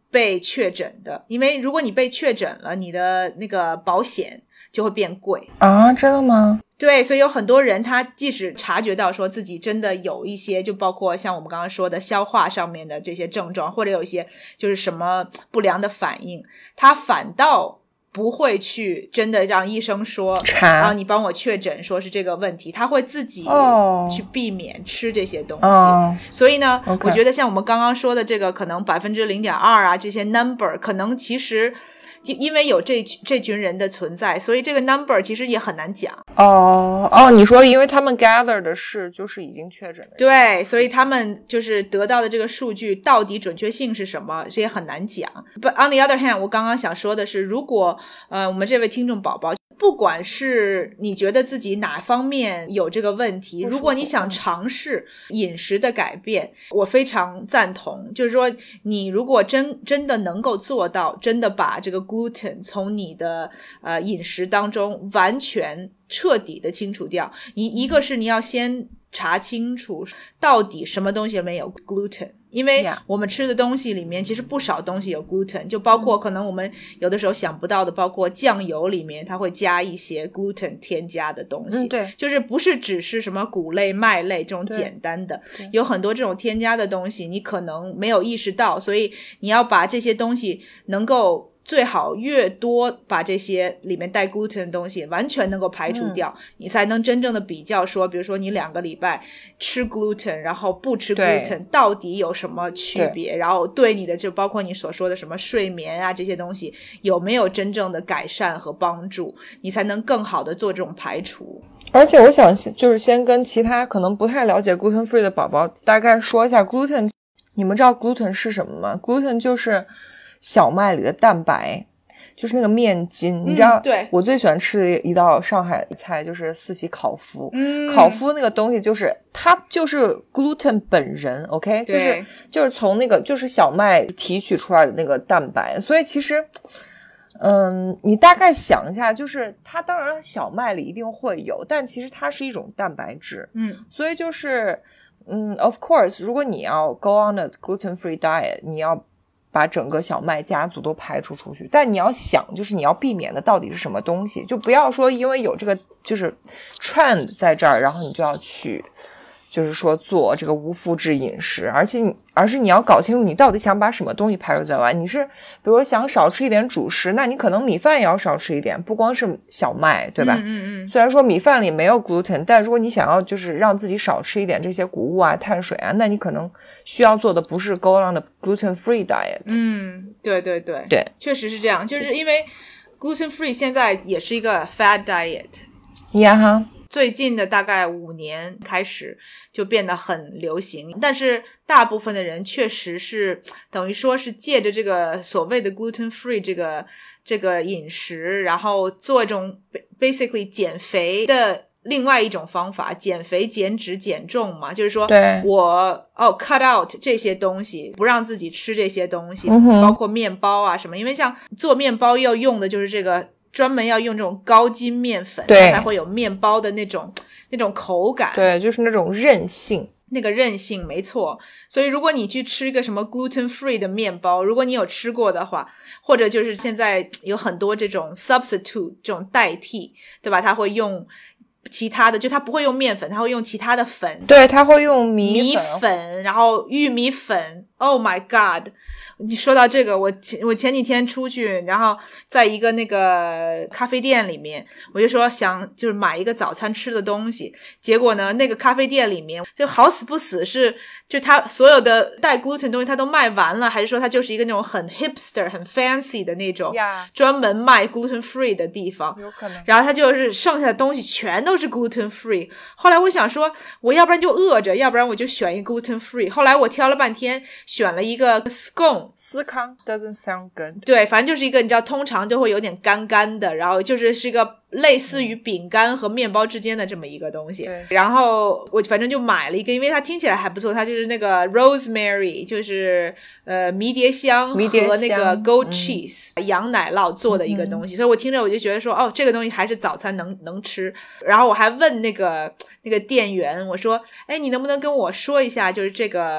被确诊的，因为如果你被确诊了，你的那个保险就会变贵啊，真的吗？ 对，所以有很多人他即使察觉到说自己真的有一些，就包括像我们刚刚说的消化上面的这些症状，或者有一些就是什么不良的反应，他反倒不会去真的让医生说啊，你帮我确诊说是这个问题，他会自己去避免吃这些东西、oh. 所以呢、okay. 我觉得像我们刚刚说的这个可能 百分之零点二 啊，这些 number 可能其实因为有这这群人的存在，所以这个 number 其实也很难讲。 哦哦，你说因为他们 gather 的是就是已经确诊的， 对，所以他们就是得到的这个数据到底准确性是什么，这也很难讲。But on the other hand， 我刚刚想说的是，如果呃我们这位听众宝宝，不管是你觉得自己哪方面有这个问题，如果你想尝试饮食的改变，我非常赞同。就是说，你如果真真的能够做到，真的把这个 gluten 从你的呃饮食当中完全彻底的清除掉，一一个是你要先查清楚到底什么东西里面有 gluten， 因为我们吃的东西里面其实不少东西有 gluten， 就包括可能我们有的时候想不到的，包括酱油里面它会加一些 gluten 添加的东西、 嗯、对， 就是不是只是什么谷类麦类这种简单的，有很多这种添加的东西你可能没有意识到，所以你要把这些东西能够最好越多把这些里面带 gluten 的东西完全能够排除掉、嗯、你才能真正的比较说，比如说你两个礼拜吃 gluten 然后不吃 gluten 到底有什么区别，然后对你的就包括你所说的什么睡眠啊这些东西有没有真正的改善和帮助，你才能更好的做这种排除。 而且我想就是先跟其他可能不太了解 gluten free 的宝宝大概说一下 gluten。 你们知道 gluten 是什么吗？ gluten 就是小麦里的蛋白，就是那个面筋、嗯、你知道， 对， 我最喜欢吃的一道上海菜就是四喜烤麸、 嗯、 烤麸那个东西就是它就是 gluten 本人 OK， 就是就是从那个就是小麦提取出来的那个蛋白，所以其实嗯，你大概想一下，就是它当然小麦里一定会有，但其实它是一种蛋白质， 嗯， 所以就是嗯 of course 如果你要 go on a gluten free diet， 你要把整个小麦家族都排除出去，但你要想就是你要避免的到底是什么东西，就不要说因为有这个就是 trend 在这儿，然后你就要去就是说做这个无麸质饮食，而且你而是你要搞清楚你到底想把什么东西排除在外。你是比如说想少吃一点主食，那你可能米饭也要少吃一点，不光是小麦，对吧？ 嗯嗯嗯。 虽然说米饭里没有 gluten， 但如果你想要就是让自己少吃一点这些谷物啊、碳水啊，那你可能需要做的不是 go on the gluten free diet。 嗯，对对对对， 确实是这样，就是因为 gluten free 现在也是一个 fad diet。 呀哈。 最近的大概五年开始就变得很流行，但是大部分的人确实是等于说是借着这个所谓的 gluten free 这个这个饮食，然后做一种 basically 减肥的另外一种方法，减肥减脂减重嘛，就是说我哦 cut out 这些东西，不让自己吃这些东西、嗯、包括面包啊什么，因为像做面包要用的就是这个专门要用这种高筋面粉，它才会有面包的那种那种口感， 对，就是那种韧性， 那个韧性没错。所以如果你去吃一个什么 gluten free 的面包，如果你有吃过的话，或者就是现在有很多这种 substitute 这种代替，对吧，它会用其他的，就它不会用面粉，它会用其他的粉， 对，它会用米粉米粉然后玉米粉。 Oh my god，你说到这个，我前我前几天出去，然后在一个那个咖啡店里面，我就说想就是买一个早餐吃的东西，结果呢那个咖啡店里面就好死不死是就它所有的带 gluten 的东西它都卖完了，还是说它就是一个那种很 hipster 很 fancy 的那种、yeah. 专门卖 gluten free 的地方， 有可能， 然后它就是剩下的东西全都是 gluten free。 后来我想说我要不然就饿着，要不然我就选一个 gluten free， 后来我挑了半天选了一个 scone， 司康 doesn't sound good， 对，反正就是一个你知道通常就会有点干干的，然后就是是一个类似于饼干和面包之间的这么一个东西、嗯、然后我反正就买了一个，因为它听起来还不错，它就是那个 rosemary 就是呃迷迭香和那个 goat cheese、嗯、羊奶酪做的一个东西、嗯、所以我听着我就觉得说哦这个东西还是早餐能能吃。然后我还问那个那个店员我说哎你能不能跟我说一下就是这个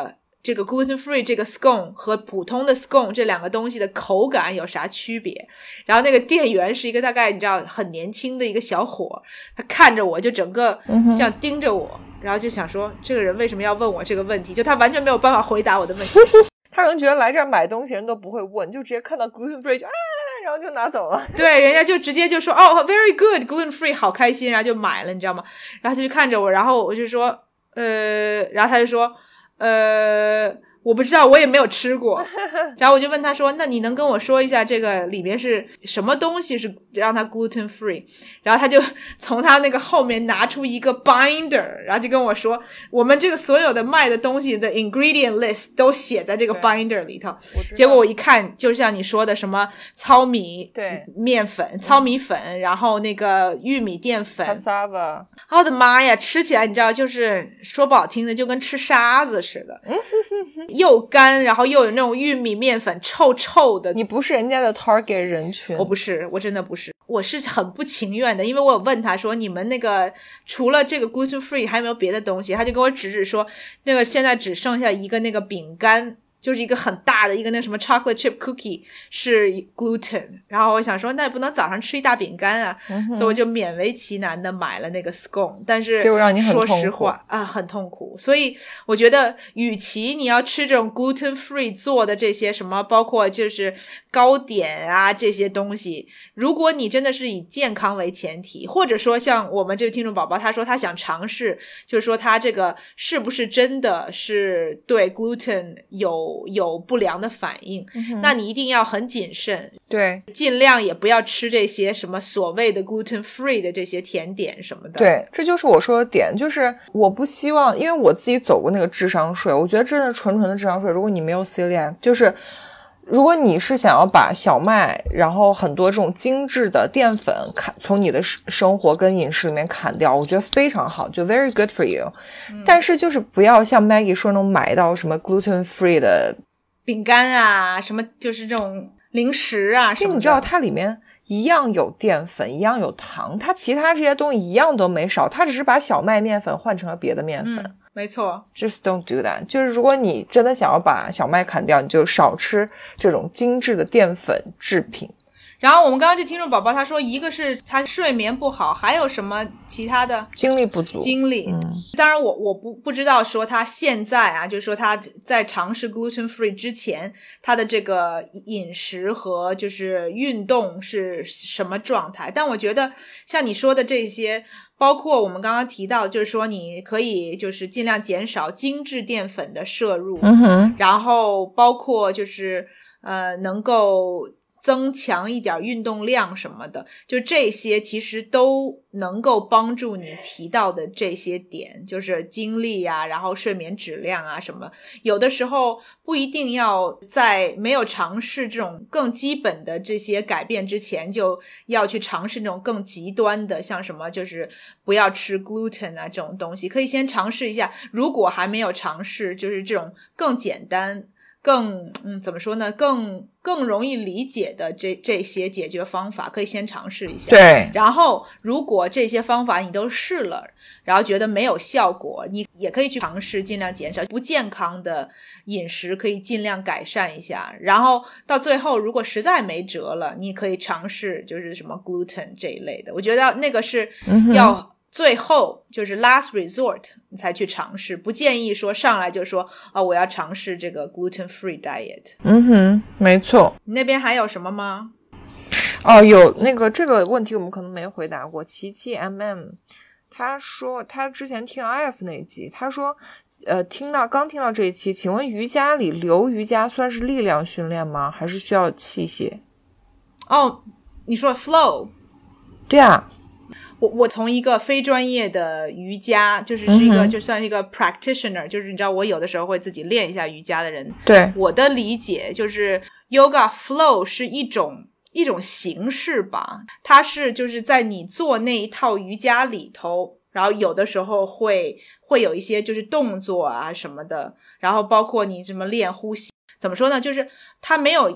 这个 gluten free 这个 scone 和普通的 scone 这两个东西的口感有啥区别。然后那个店员是一个大概你知道很年轻的一个小伙，他看着我就整个这样盯着我、嗯、然后就想说这个人为什么要问我这个问题，就他完全没有办法回答我的问题。 他可能觉得来这儿买东西人都不会问，就直接看到 gluten free 就啊，然后就拿走了。 对，人家就直接就说哦 very good gluten free 好开心，然后就买了你知道吗。然后他就看着我，然后我就说呃，然后他就说呃我不知道，我也没有吃过。然后我就问他说那你能跟我说一下这个里面是什么东西是让它 gluten free。 然后他就从他那个后面拿出一个 binder， 然后就跟我说我们这个所有的卖的东西的 ingredient list 都写在这个 binder 里头。结果我一看就像你说的什么糙米对面粉糙米粉、嗯、然后那个玉米淀粉 cassava， 我的妈呀，吃起来你知道就是说不好听的就跟吃沙子似的又干然后又有那种玉米面粉臭臭的。 你不是人家的 target 人群。 我不是，我真的不是，我是很不情愿的，因为我有问他说你们那个除了这个 gluten free 还有没有别的东西，他就跟我指指说那个现在只剩下一个那个饼干，就是一个很大的一个那什么 chocolate chip cookie 是 gluten。 然后我想说那也不能早上吃一大饼干啊、嗯、所以我就勉为其难的买了那个 scone， 但是就让你很痛苦说实话啊，很痛苦。所以我觉得与其你要吃这种 gluten free 做的这些什么包括就是糕点啊这些东西，如果你真的是以健康为前提，或者说像我们这个听众宝宝他说他想尝试就是说他这个是不是真的是对 gluten 有有不良的反应、嗯、那你一定要很谨慎， 对， 尽量也不要吃这些什么所谓的 gluten free 的这些甜点什么的。 对，这就是我说的点，就是我不希望，因为我自己走过那个智商税，我觉得真的纯纯的智商税，如果你没有 celiac， 就是如果你是想要把小麦然后很多这种精致的淀粉砍从你的生活跟饮食里面砍掉，我觉得非常好，就 very good for you、嗯、但是就是不要像 Maggie 说那种买到什么 gluten free 的饼干啊什么就是这种零食啊什么的， 因为你知道它里面一样有淀粉一样有糖，它其他这些东西一样都没少，它只是把小麦面粉换成了别的面粉、嗯没错 just don't do that。 就是如果你真的想要把小麦砍掉，你就少吃这种精致的淀粉制品。 然后我们刚刚这听众宝宝他说一个是他睡眠不好，还有什么其他的？ 精力不足。 精力、嗯、当然我我不不知道说他现在啊，就是说他在尝试 gluten free 之前他的这个饮食和就是运动是什么状态，但我觉得像你说的这些包括我们刚刚提到就是说你可以就是尽量减少精致淀粉的摄入、 嗯哼， 然后包括就是呃能够增强一点运动量什么的，就这些其实都能够帮助你提到的这些点，就是精力啊然后睡眠质量啊什么，有的时候不一定要在没有尝试这种更基本的这些改变之前就要去尝试那种更极端的，像什么就是不要吃 gluten 啊这种东西，可以先尝试一下，如果还没有尝试就是这种更简单更嗯怎么说呢更更容易理解的这这些解决方法可以先尝试一下。 对， 然后如果这些方法你都试了然后觉得没有效果，你也可以去尝试尽量减少不健康的饮食，可以尽量改善一下，然后到最后如果实在没辙了你可以尝试就是什么 gluten 这一类的，我觉得那个是要最后就是 last resort 你才去尝试，不建议说上来就说哦，我要尝试这个 gluten free diet。 嗯哼，没错。 你那边还有什么吗？ 哦，有那个这个问题我们可能没回答过，琪琪 M M 他说他之前听 I F 那一集，他说呃，听到刚听到这一期，请问瑜伽里流瑜伽算是力量训练吗？还是需要器械？ 哦，你说 flow？ 对啊， 我我从一个非专业的瑜伽，就是是一个、嗯、就算一个 practitioner， 就是你知道我有的时候会自己练一下瑜伽的人， 对， 我的理解就是 yoga flow 是一种一种形式吧，它是就是在你做那一套瑜伽里头，然后有的时候会会有一些就是动作啊什么的，然后包括你什么练呼吸，怎么说呢，就是它没有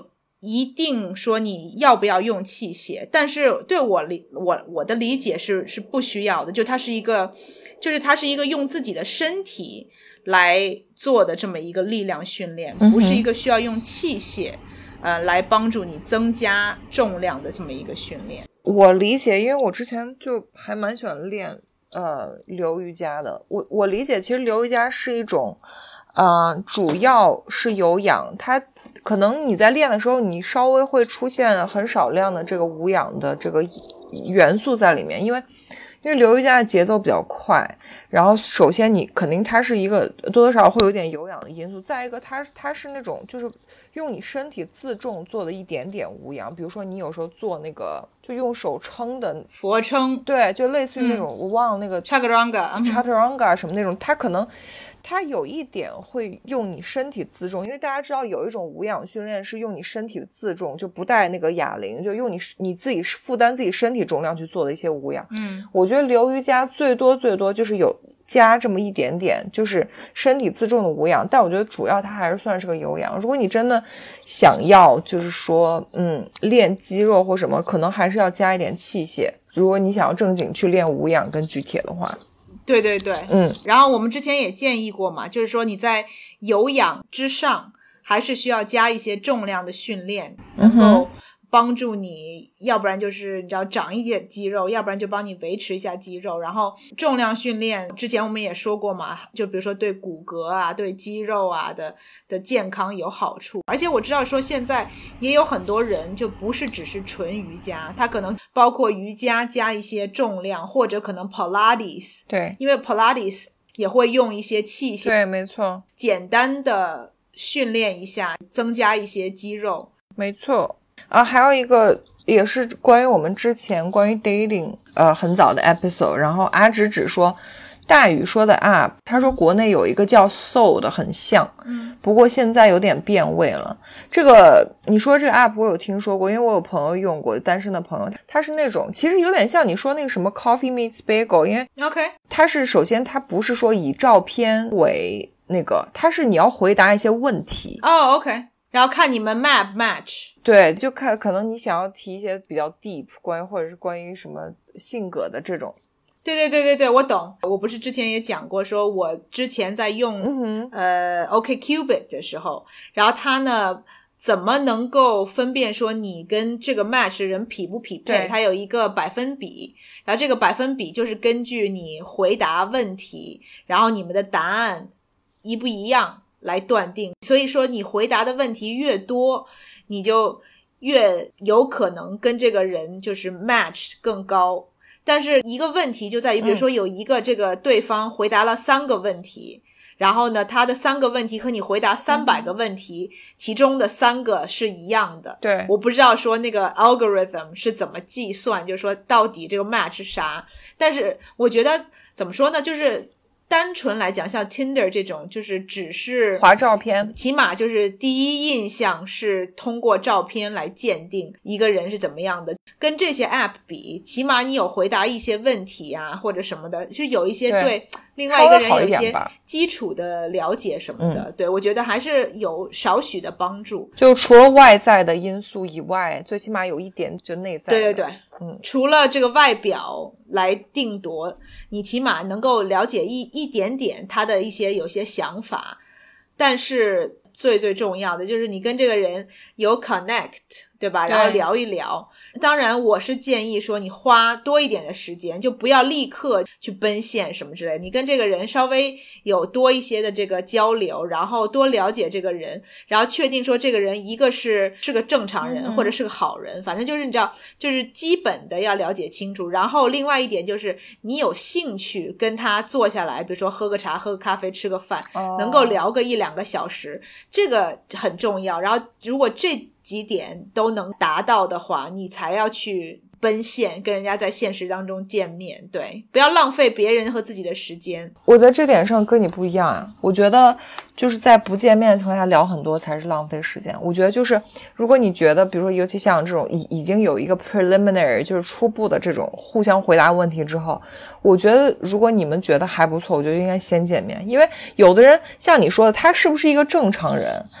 一定说你要不要用器械，但是对我理我我的理解是是不需要的，就它是一个就是它是一个用自己的身体来做的这么一个力量训练，不是一个需要用器械呃来帮助你增加重量的这么一个训练。 我理解，因为我之前就还蛮喜欢练呃流瑜伽的，我我理解其实流瑜伽是一种呃主要是有氧，它可能你在练的时候你稍微会出现很少量的这个无氧的这个元素在里面，因为因为流瑜伽的节奏比较快，然后首先你肯定它是一个多多少少会有点有氧的因素，再一个它它是那种就是用你身体自重做的一点点无氧，比如说你有时候做那个就用手撑的俯卧撑， 对，就类似于那种、嗯、我忘了那个 chaturanga chaturanga 什么那种，它可能它有一点会用你身体自重，因为大家知道有一种无氧训练是用你身体的自重，就不带那个哑铃，就用你你自己负担自己身体重量去做的一些无氧。 嗯， 我觉得流瑜伽最多最多就是有加这么一点点就是身体自重的无氧，但我觉得主要它还是算是个有氧。如果你真的想要就是说嗯练肌肉或什么，可能还是要加一点器械，如果你想要正经去练无氧跟举铁的话。 对对对， 嗯， 然后我们之前也建议过嘛，就是说你在有氧之上还是需要加一些重量的训练，能够帮助你、嗯、要不然就是你知道长一点肌肉，要不然就帮你维持一下肌肉。然后重量训练之前我们也说过嘛，就比如说对骨骼啊对肌肉啊的的健康有好处。而且我知道说现在也有很多人就不是只是纯瑜伽，他可能包括瑜伽加一些重量，或者可能 Pilates， 对， 因为 Pilates 也会用一些器械， 对，没错， 简单的训练一下，增加一些肌肉， 没错。啊，还有一个也是关于我们之前关于 dating 呃很早的 episode， 然后阿直只说大宇说的 app， 他说国内有一个叫 Soul 的很像， 嗯， 不过现在有点变味了。这个你说这个 app 我有听说过，因为我有朋友用过，单身的朋友，他是那种其实有点像你说那个什么 Coffee Meets Bagel， 因为 OK， 它是首先它不是说以照片为那个，它是你要回答一些问题哦、oh, OK， 然后看你们 map match， 对，就看可能你想要提一些比较 deep 关于或者是关于什么性格的这种。 对对对对对，我懂。我不是之前也讲过，说我之前在用、 嗯、 呃 OkCupid 的时候，然后它呢怎么能够分辨说你跟这个 match 的人匹不匹配，它有一个百分比，然后这个百分比就是根据你回答问题，然后你们的答案一不一样来断定。所以说你回答的问题越多，你就越有可能跟这个人就是 match 更高。但是一个问题就在于，比如说有一个这个对方回答了三个问题、嗯、然后呢他的三个问题和你回答三百个问题、嗯、其中的三个是一样的。 对， 我不知道说那个 algorithm 是怎么计算，就是说到底这个 match 是啥。但是我觉得怎么说呢，就是单纯来讲，像 Tinder 这种就是只是滑照片， 起码就是第一印象是通过照片来鉴定一个人是怎么样的。跟这些 app 比，起码你有回答一些问题啊或者什么的，就有一些 对, 对另外一个人有一些基础的了解什么的、嗯、对，我觉得还是有少许的帮助。 就除了外在的因素以外，最起码有一点就内在的。 对对对，嗯，除了这个外表来定夺，你起码能够了解一一点点他的一些有些想法。但是最最重要的就是你跟这个人有 connect， 对吧？然后聊一聊。当然我是建议说你花多一点的时间，就不要立刻去奔现什么之类，你跟这个人稍微有多一些的这个交流，然后多了解这个人，然后确定说这个人一个是是个正常人、嗯、或者是个好人，反正就是你知道就是基本的要了解清楚。然后另外一点就是你有兴趣跟他坐下来，比如说喝个茶喝个咖啡吃个饭、哦、能够聊个一两个小时，这个很重要。然后如果这几点都能达到的话，你才要去奔现跟人家在现实当中见面。对，不要浪费别人和自己的时间。 我在这点上跟你不一样啊，我觉得就是在不见面的情况下聊很多才是浪费时间。我觉得就是如果你觉得比如说尤其像这种已已经有一个 preliminary 就是初步的这种互相回答问题之后，我觉得如果你们觉得还不错，我觉得应该先见面。因为有的人像你说的他是不是一个正常人，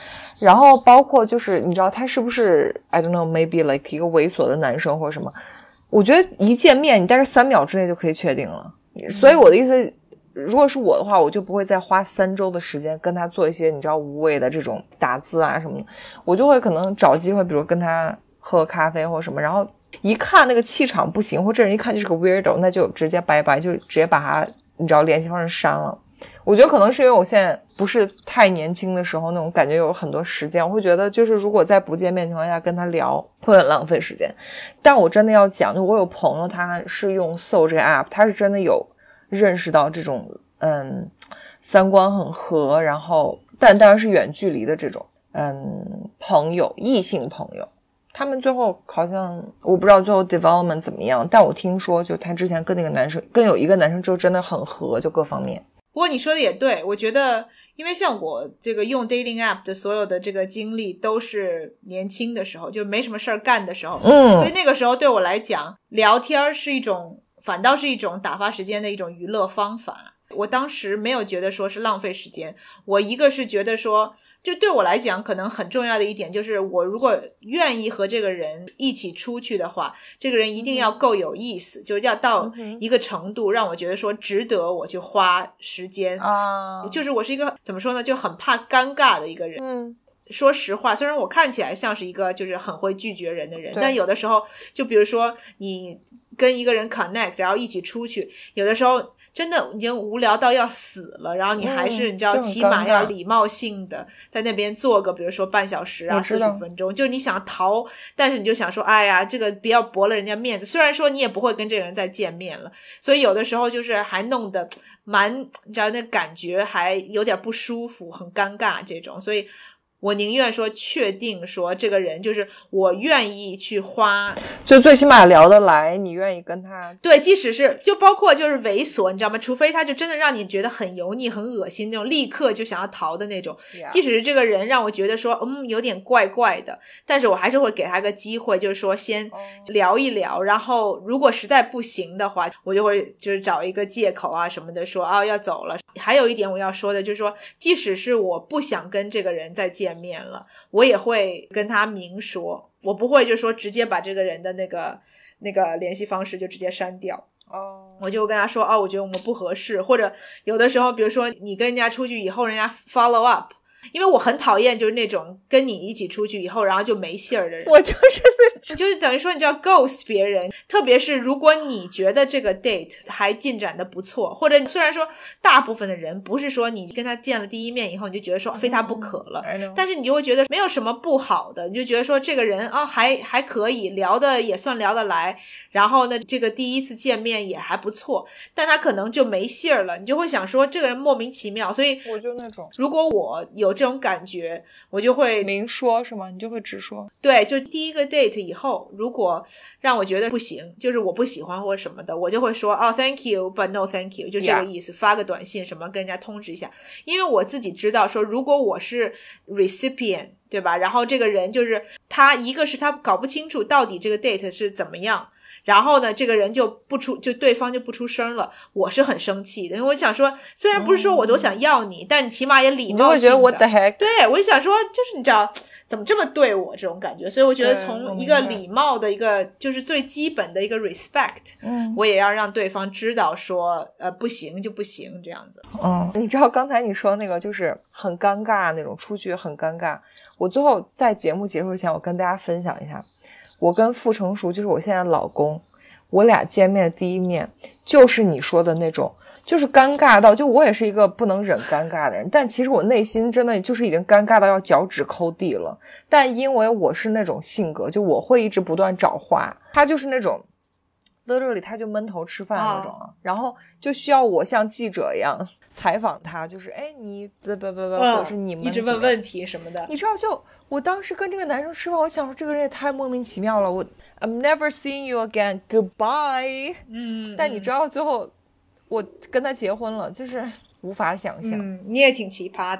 然后包括就是你知道他是不是 I don't know maybe like 一个猥琐的男生或者什么，我觉得一见面你大概三秒之内就可以确定了。所以我的意思，如果是我的话，我就不会再花三周的时间跟他做一些你知道无谓的这种打字啊什么的，我就会可能找机会比如跟他喝咖啡或什么，然后一看那个气场不行，或这人一看就是个 weirdo， 那就直接拜拜，就直接把他你知道联系方式删了。我觉得可能是因为我现在不是太年轻的时候那种感觉有很多时间，我会觉得就是如果在不见面的情况下跟他聊会很浪费时间。但我真的要讲，就我有朋友他是用 Soul 这个 app， 他是真的有认识到这种嗯三观很合，然后但当然是远距离的这种嗯朋友，异性朋友，他们最后好像我不知道最后 development 怎么样，但我听说就他之前跟那个男生跟有一个男生就真的很合，就各方面。 不过你说的也对，我觉得因为像我这个用 dating app 的所有的这个经历都是年轻的时候，就没什么事儿干的时候， 嗯， 所以那个时候对我来讲聊天是一种反倒是一种打发时间的一种娱乐方法。我当时没有觉得说是浪费时间，我一个是觉得说就对我来讲可能很重要的一点就是我如果愿意和这个人一起出去的话，这个人一定要够有意思，就是要到一个程度让我觉得说值得我去花时间啊。就是我是一个怎么说呢，就很怕尴尬的一个人。嗯，说实话，虽然我看起来像是一个就是很会拒绝人的人，但有的时候就比如说你跟一个人 connect 然后一起出去，有的时候真的已经无聊到要死了，然后你还是、嗯、你知道起码要礼貌性的在那边坐个比如说半小时啊四十分钟，就是你想逃，但是你就想说哎呀这个不要驳了人家面子，虽然说你也不会跟这个人再见面了，所以有的时候就是还弄得蛮你知道那感觉还有点不舒服很尴尬这种，所以我宁愿说确定说这个人就是我愿意去花， 就最起码聊得来，你愿意跟他， 对，即使是就包括就是猥琐你知道吗，除非他就真的让你觉得很油腻很恶心那种立刻就想要逃的那种、yeah. 即使是这个人让我觉得说嗯有点怪怪的，但是我还是会给他个机会，就是说先聊一聊、oh. 然后如果实在不行的话我就会就是找一个借口啊什么的说啊要走了。还有一点我要说的就是说即使是我不想跟这个人再见面了，我也会跟他明说，我不会就说直接把这个人的那个那个联系方式就直接删掉哦， oh. 我就跟他说哦，我觉得我们不合适，或者有的时候比如说你跟人家出去以后人家 follow up，因为我很讨厌就是那种跟你一起出去以后然后就没信儿的人， 我就是那就是等于说你知道 ghost 别人，特别是如果你觉得这个 date 还进展的不错，或者虽然说大部分的人不是说你跟他见了第一面以后你就觉得说非他不可了、嗯、但是你就会觉得没有什么不好的，你就觉得说这个人啊还还可以聊的也算聊得来，然后呢这个第一次见面也还不错，但他可能就没信儿了，你就会想说这个人莫名其妙，所以我就那种如果我有这种感觉我就会明说是吗？你就会直说， 对，就第一个 date 以后如果让我觉得不行，就是我不喜欢或者什么的，我就会说哦 thank you but no thank you， 就这个意思、yeah. 发个短信什么跟人家通知一下，因为我自己知道说如果我是 recipient 对吧，然后这个人就是他一个是他搞不清楚到底这个 date 是怎么样，然后呢这个人就不出就对方就不出声了，我是很生气的，因为我想说虽然不是说我都想要你、嗯、但你起码也礼貌性的， 你会觉得 what the heck， 对，我就想说就是你知道怎么这么对我这种感觉，所以我觉得从一个礼貌的一个就是最基本的一个 respect、嗯、我也要让对方知道说呃不行就不行这样子。 嗯，你知道刚才你说那个就是很尴尬那种出去很尴尬，我最后在节目结束前我跟大家分享一下，我跟傅成熟就是我现在老公，我俩见面的第一面就是你说的那种，就是尴尬到就我也是一个不能忍尴尬的人，但其实我内心真的就是已经尴尬到要脚趾抠地了，但因为我是那种性格，就我会一直不断找话，他就是那种literally 他就闷头吃饭那种啊、哦，然后就需要我像记者一样采访他，就是哎你不不不不，或者是你们一直问问题什么的， 你知道就我当时跟这个男生吃饭，我想说这个人也太莫名其妙了，我 I'm never seeing you again goodbye， 嗯，但你知道最后我跟他结婚了，就是无法想象。 嗯，你也挺奇葩的。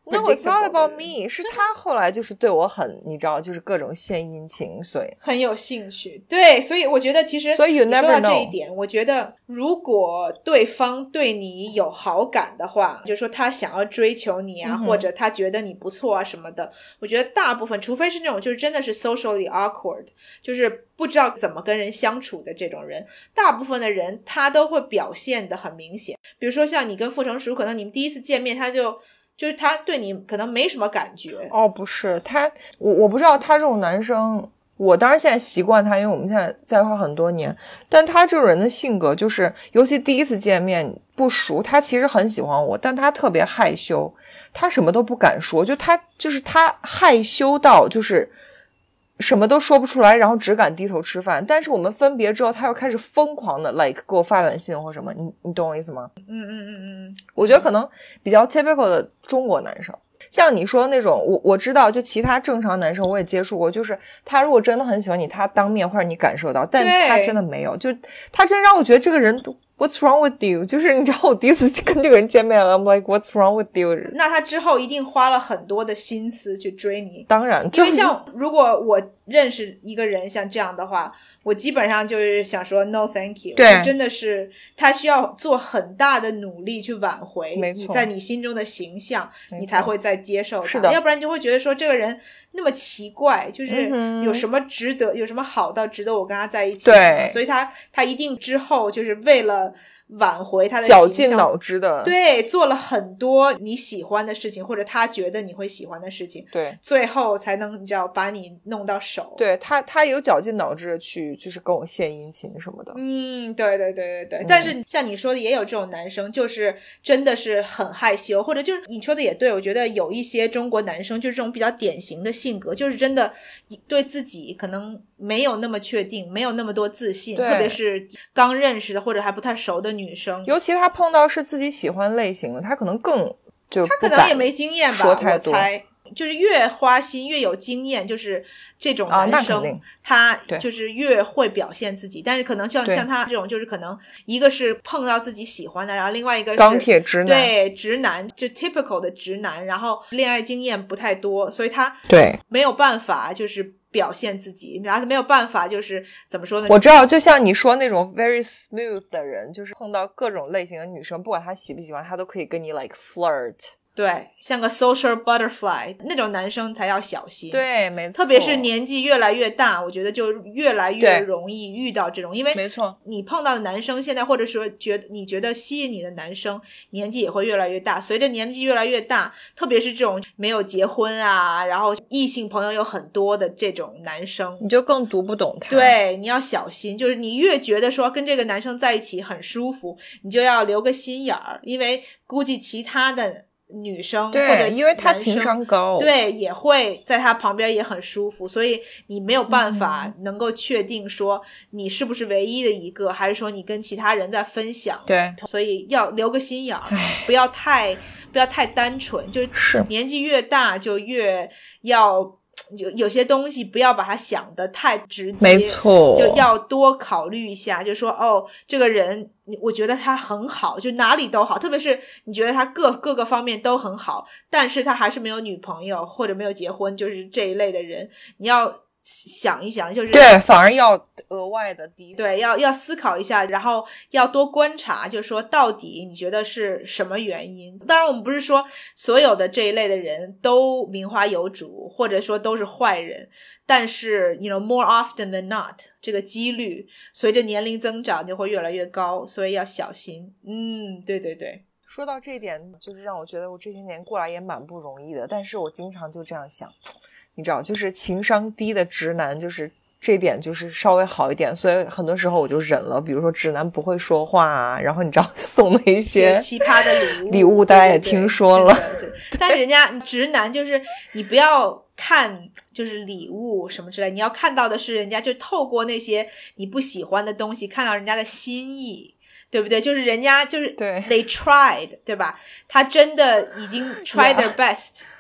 No, it's not about me. 是他后来就是对我很，你知道，就是各种献殷勤，所以很有兴趣。对，所以我觉得其实， 所以 you never know. 说到这一点，我觉得如果对方对你有好感的话，就是说他想要追求你啊，嗯、或者他觉得你不错啊什么的，我觉得大部分，除非是那种就是真的是 socially awkward， 就是不知道怎么跟人相处的这种人，大部分的人他都会表现得很明显。比如说像你跟傅成熟，可能你们第一次见面他就就是他对你可能没什么感觉。 哦，不是他，我我不知道他这种男生，我当然现在习惯他，因为我们现在在一块很多年，但他这种人的性格就是，尤其第一次见面不熟，他其实很喜欢我，但他特别害羞，他什么都不敢说，就他就是他害羞到就是什么都说不出来，然后只敢低头吃饭。但是我们分别之后，他又开始疯狂的 like 给我发短信或什么，你你懂我意思吗？ 嗯嗯嗯嗯， 我觉得可能比较 typical 的中国男生，像你说那种，我我知道，就其他正常男生我也接触过，就是他如果真的很喜欢你，他当面或者你感受到，但他真的没有，就他真让我觉得这个人What's wrong with you？ 就是你知道我第一次跟这个人见面了 I'm like what's wrong with you？ 那他之后一定花了很多的心思去追你。 当然， 因为像如果我认识一个人像这样的话，我基本上就是想说 no thank you。 对， 真的是他需要做很大的努力去挽回你在你心中的形象，你才会再接受他。 是的， 要不然你就会觉得说这个人那么奇怪，就是有什么值得、嗯、有什么好到值得我跟他在一起。 对， 所以他他一定之后就是为了挽回他的形象， 绞尽脑汁的， 对，做了很多你喜欢的事情，或者他觉得你会喜欢的事情， 对， 最后才能你知道把你弄到手。 对，他他有绞尽脑汁的去就是跟我献殷勤什么的。 嗯，对对对对对、嗯。但是像你说的也有这种男生，就是真的是很害羞，或者就是你说的也对，我觉得有一些中国男生就是这种比较典型的性格，就是真的对自己可能没有那么确定，没有那么多自信，特别是刚认识的或者还不太熟的女生， 尤其他碰到是自己喜欢类型的，他可能更就他可能也没经验吧， 说太多， 我猜就是越花心越有经验，就是这种男生、 啊、 他就是越会表现自己。但是可能像像他这种，就是可能一个是碰到自己喜欢的，然后另外一个是钢铁直男， 对，直男就 typical 的直男，然后恋爱经验不太多，所以他对没有办法就是表现自己，然后他没有办法就是怎么说呢， 我知道就像你说那种 very smooth 的人，就是碰到各种类型的女生，不管他喜不喜欢，他都可以跟你 like flirt， 对，像个 social butterfly 那种男生才要小心。 对，没错。 特别是年纪越来越大，我觉得就越来越容易遇到这种，因为没错， 你碰到的男生现在或者说觉得你觉得吸引你的男生年纪也会越来越大，随着年纪越来越大，特别是这种没有结婚啊，然后异性朋友有很多的这种男生， 你就更读不懂他。 对，你要小心，就是你越觉得说跟这个男生在一起很舒服，你就要留个心眼儿，因为估计其他的女生或者对，因为他情商高， 对，也会在他旁边也很舒服，所以你没有办法能够确定说你是不是唯一的一个，还是说你跟其他人在分享。 对， 所以要留个心眼儿，不要太不要太单纯，就是年纪越大就越要有有些东西不要把它想得太直接， 没错， 就要多考虑一下，就说哦，这个人我觉得他很好，就哪里都好，特别是你觉得他各各个方面都很好，但是他还是没有女朋友或者没有结婚，就是这一类的人，你要想一想，就是对，反而要额外的低， 对，要要思考一下，然后要多观察，就是说到底你觉得是什么原因。当然我们不是说所有的这一类的人都名花有主，或者说都是坏人，但是 you know more often than not 这个几率随着年龄增长就会越来越高，所以要小心。嗯，对对对。 说到这一点，就是让我觉得我这些年过来也蛮不容易的，但是我经常就这样想，你知道，就是情商低的直男，就是这点就是稍微好一点，所以很多时候我就忍了。比如说直男不会说话啊，然后你知道送的一些奇葩的礼物， 礼物大家也听说了。 对对对，但是人家直男就是你不要看就是礼物什么之类，你要看到的是人家就透过那些你不喜欢的东西看到人家的心意。对不对？就是人家就是对 they tried， 对吧？他真的已经 try their best，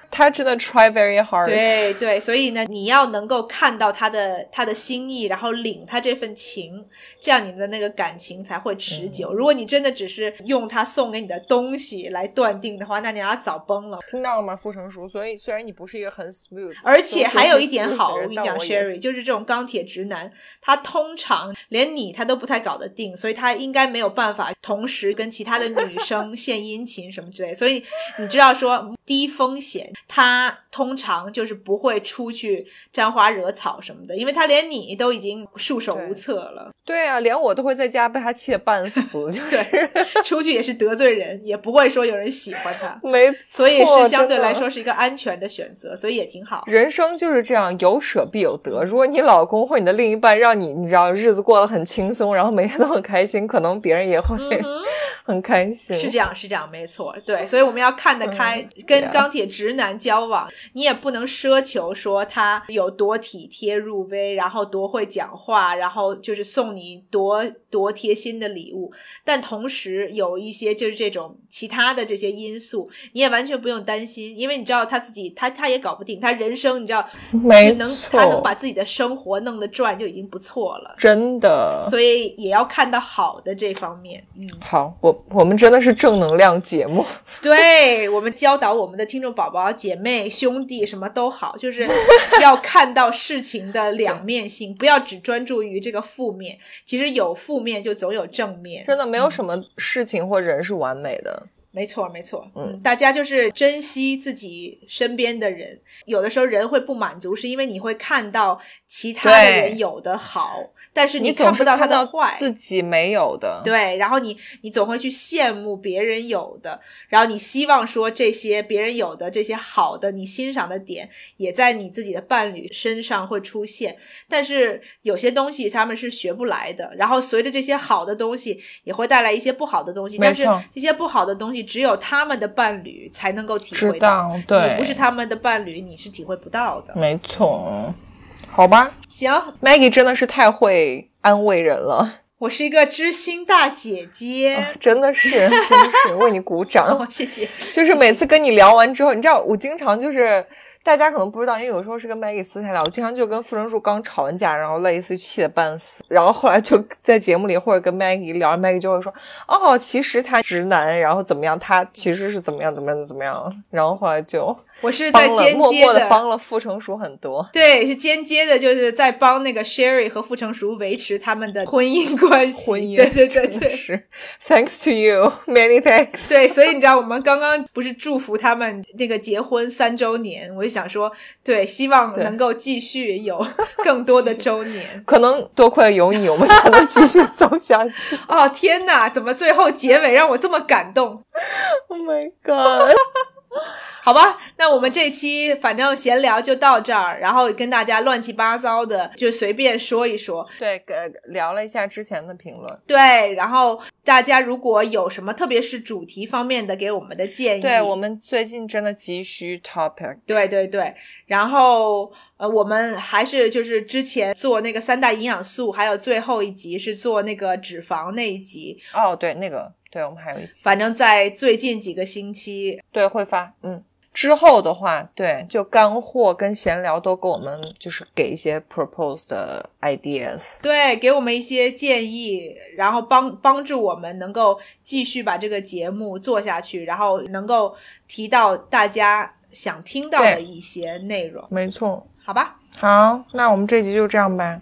他真的 try very hard。 对对，所以呢你要能够看到他的他的心意，然后领他这份情，这样你们的那个感情才会持久、嗯、如果你真的只是用他送给你的东西来断定的话，那你要早崩了。 听到了吗傅成熟？所以虽然你不是一个很 smooth， 而且还有一点好，我跟你讲 Sherry， 就是这种钢铁直男他通常连你他都不太搞得定，所以他应该没有办法同时跟其他的女生献殷勤什么之类，所以你知道说低风险他通常就是不会出去沾花惹草什么的，因为他连你都已经束手无策了。 对, 对啊，连我都会在家被他气得半死、就是、 对，出去也是得罪人，也不会说有人喜欢他。 没错， 所以是相对来说是一个安全的选择，所以也挺好。 人生就是这样，有舍必有得。如果你老公或你的另一半让你你知道日子过得很轻松，然后每天都很开心，可能别人也会、嗯、很开心。 是这样是这样，没错。对，所以我们要看得开、嗯、跟钢铁直男交往，你也不能奢求说他有多体贴入微，然后多会讲话，然后就是送你多多贴心的礼物，但同时有一些就是这种其他的这些因素你也完全不用担心，因为你知道他自己他他也搞不定，他人生你知道没能他能把自己的生活弄得转就已经不错了， 真的。 所以也要看到好的这方面。嗯， 好，我我们真的是正能量节目。 对，我们教导我们的听众宝宝姐妹兄弟什么都好，就是要看到事情的两面性，不要只专注于这个负面，其实有负面就总有正面， 真的没有什么事情或人是完美的。 没错没错，嗯，大家就是珍惜自己身边的人。有的时候人会不满足，是因为你会看到其他的人有的好，但是你看不到他的坏， 自己没有的。 对，然后你你总会去羡慕别人有的，然后你希望说这些别人有的这些好的你欣赏的点也在你自己的伴侣身上会出现，但是有些东西他们是学不来的，然后随着这些好的东西也会带来一些不好的东西，但是这些不好的东西只有他们的伴侣才能够体会到， 对， 你不是他们的伴侣你是体会不到的。 没错，好吧， 行 Maggie 真的是太会安慰人了， 我是一个知心大姐姐、 哦、真的是真的是为你鼓掌、 哦、谢谢。 就是每次跟你聊完之后，你知道我经常就是大家可能不知道，因为有时候是跟 Maggie 私下聊，我经常就跟傅成树刚吵完架，然后类似于气得半死，然后后来就在节目里或者跟 Maggie 聊， Maggie 就会说哦其实他直男，然后怎么样，他其实是怎么样怎么样怎么样，然后后来就我是在间接的默默的帮了傅成熟很多。 对，是间接的就是在帮那个 Sherry 和傅成熟维持他们的婚姻关系。 婚姻， 对对对对， 是 Thanks to you, many thanks。 对，所以你知道我们刚刚不是祝福他们那个结婚三周年，我就想说对，希望能够继续有更多的周年。 可能多亏了有你我们才能继续走下去。 哦天哪，怎么最后结尾让我这么感动。 Oh my god。 好吧，那我们这期反正闲聊就到这儿，然后跟大家乱七八糟的就随便说一说。 对，聊了一下之前的评论。 对，然后大家如果有什么特别是主题方面的给我们的建议， 对，我们最近真的急需 topic。 对对对，然后呃，我们还是就是之前做那个三大营养素，还有最后一集是做那个脂肪那一集。 哦对，那个对，我们还有一期， 反正在最近几个星期对会发。嗯，之后的话对就干货跟闲聊都给我们就是给一些 proposed 的 ideas， 对，给我们一些建议，然后帮帮助我们能够继续把这个节目做下去，然后能够提到大家想听到的一些内容。 没错， 好吧， 好，那我们这集就这样吧。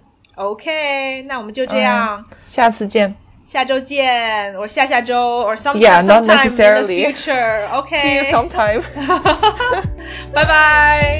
OK， 那我们就这样、嗯、 下次见， 下周见，or 下下周 or sometime, yeah, not sometime necessarily. in the future. Okay. See you sometime. 拜拜。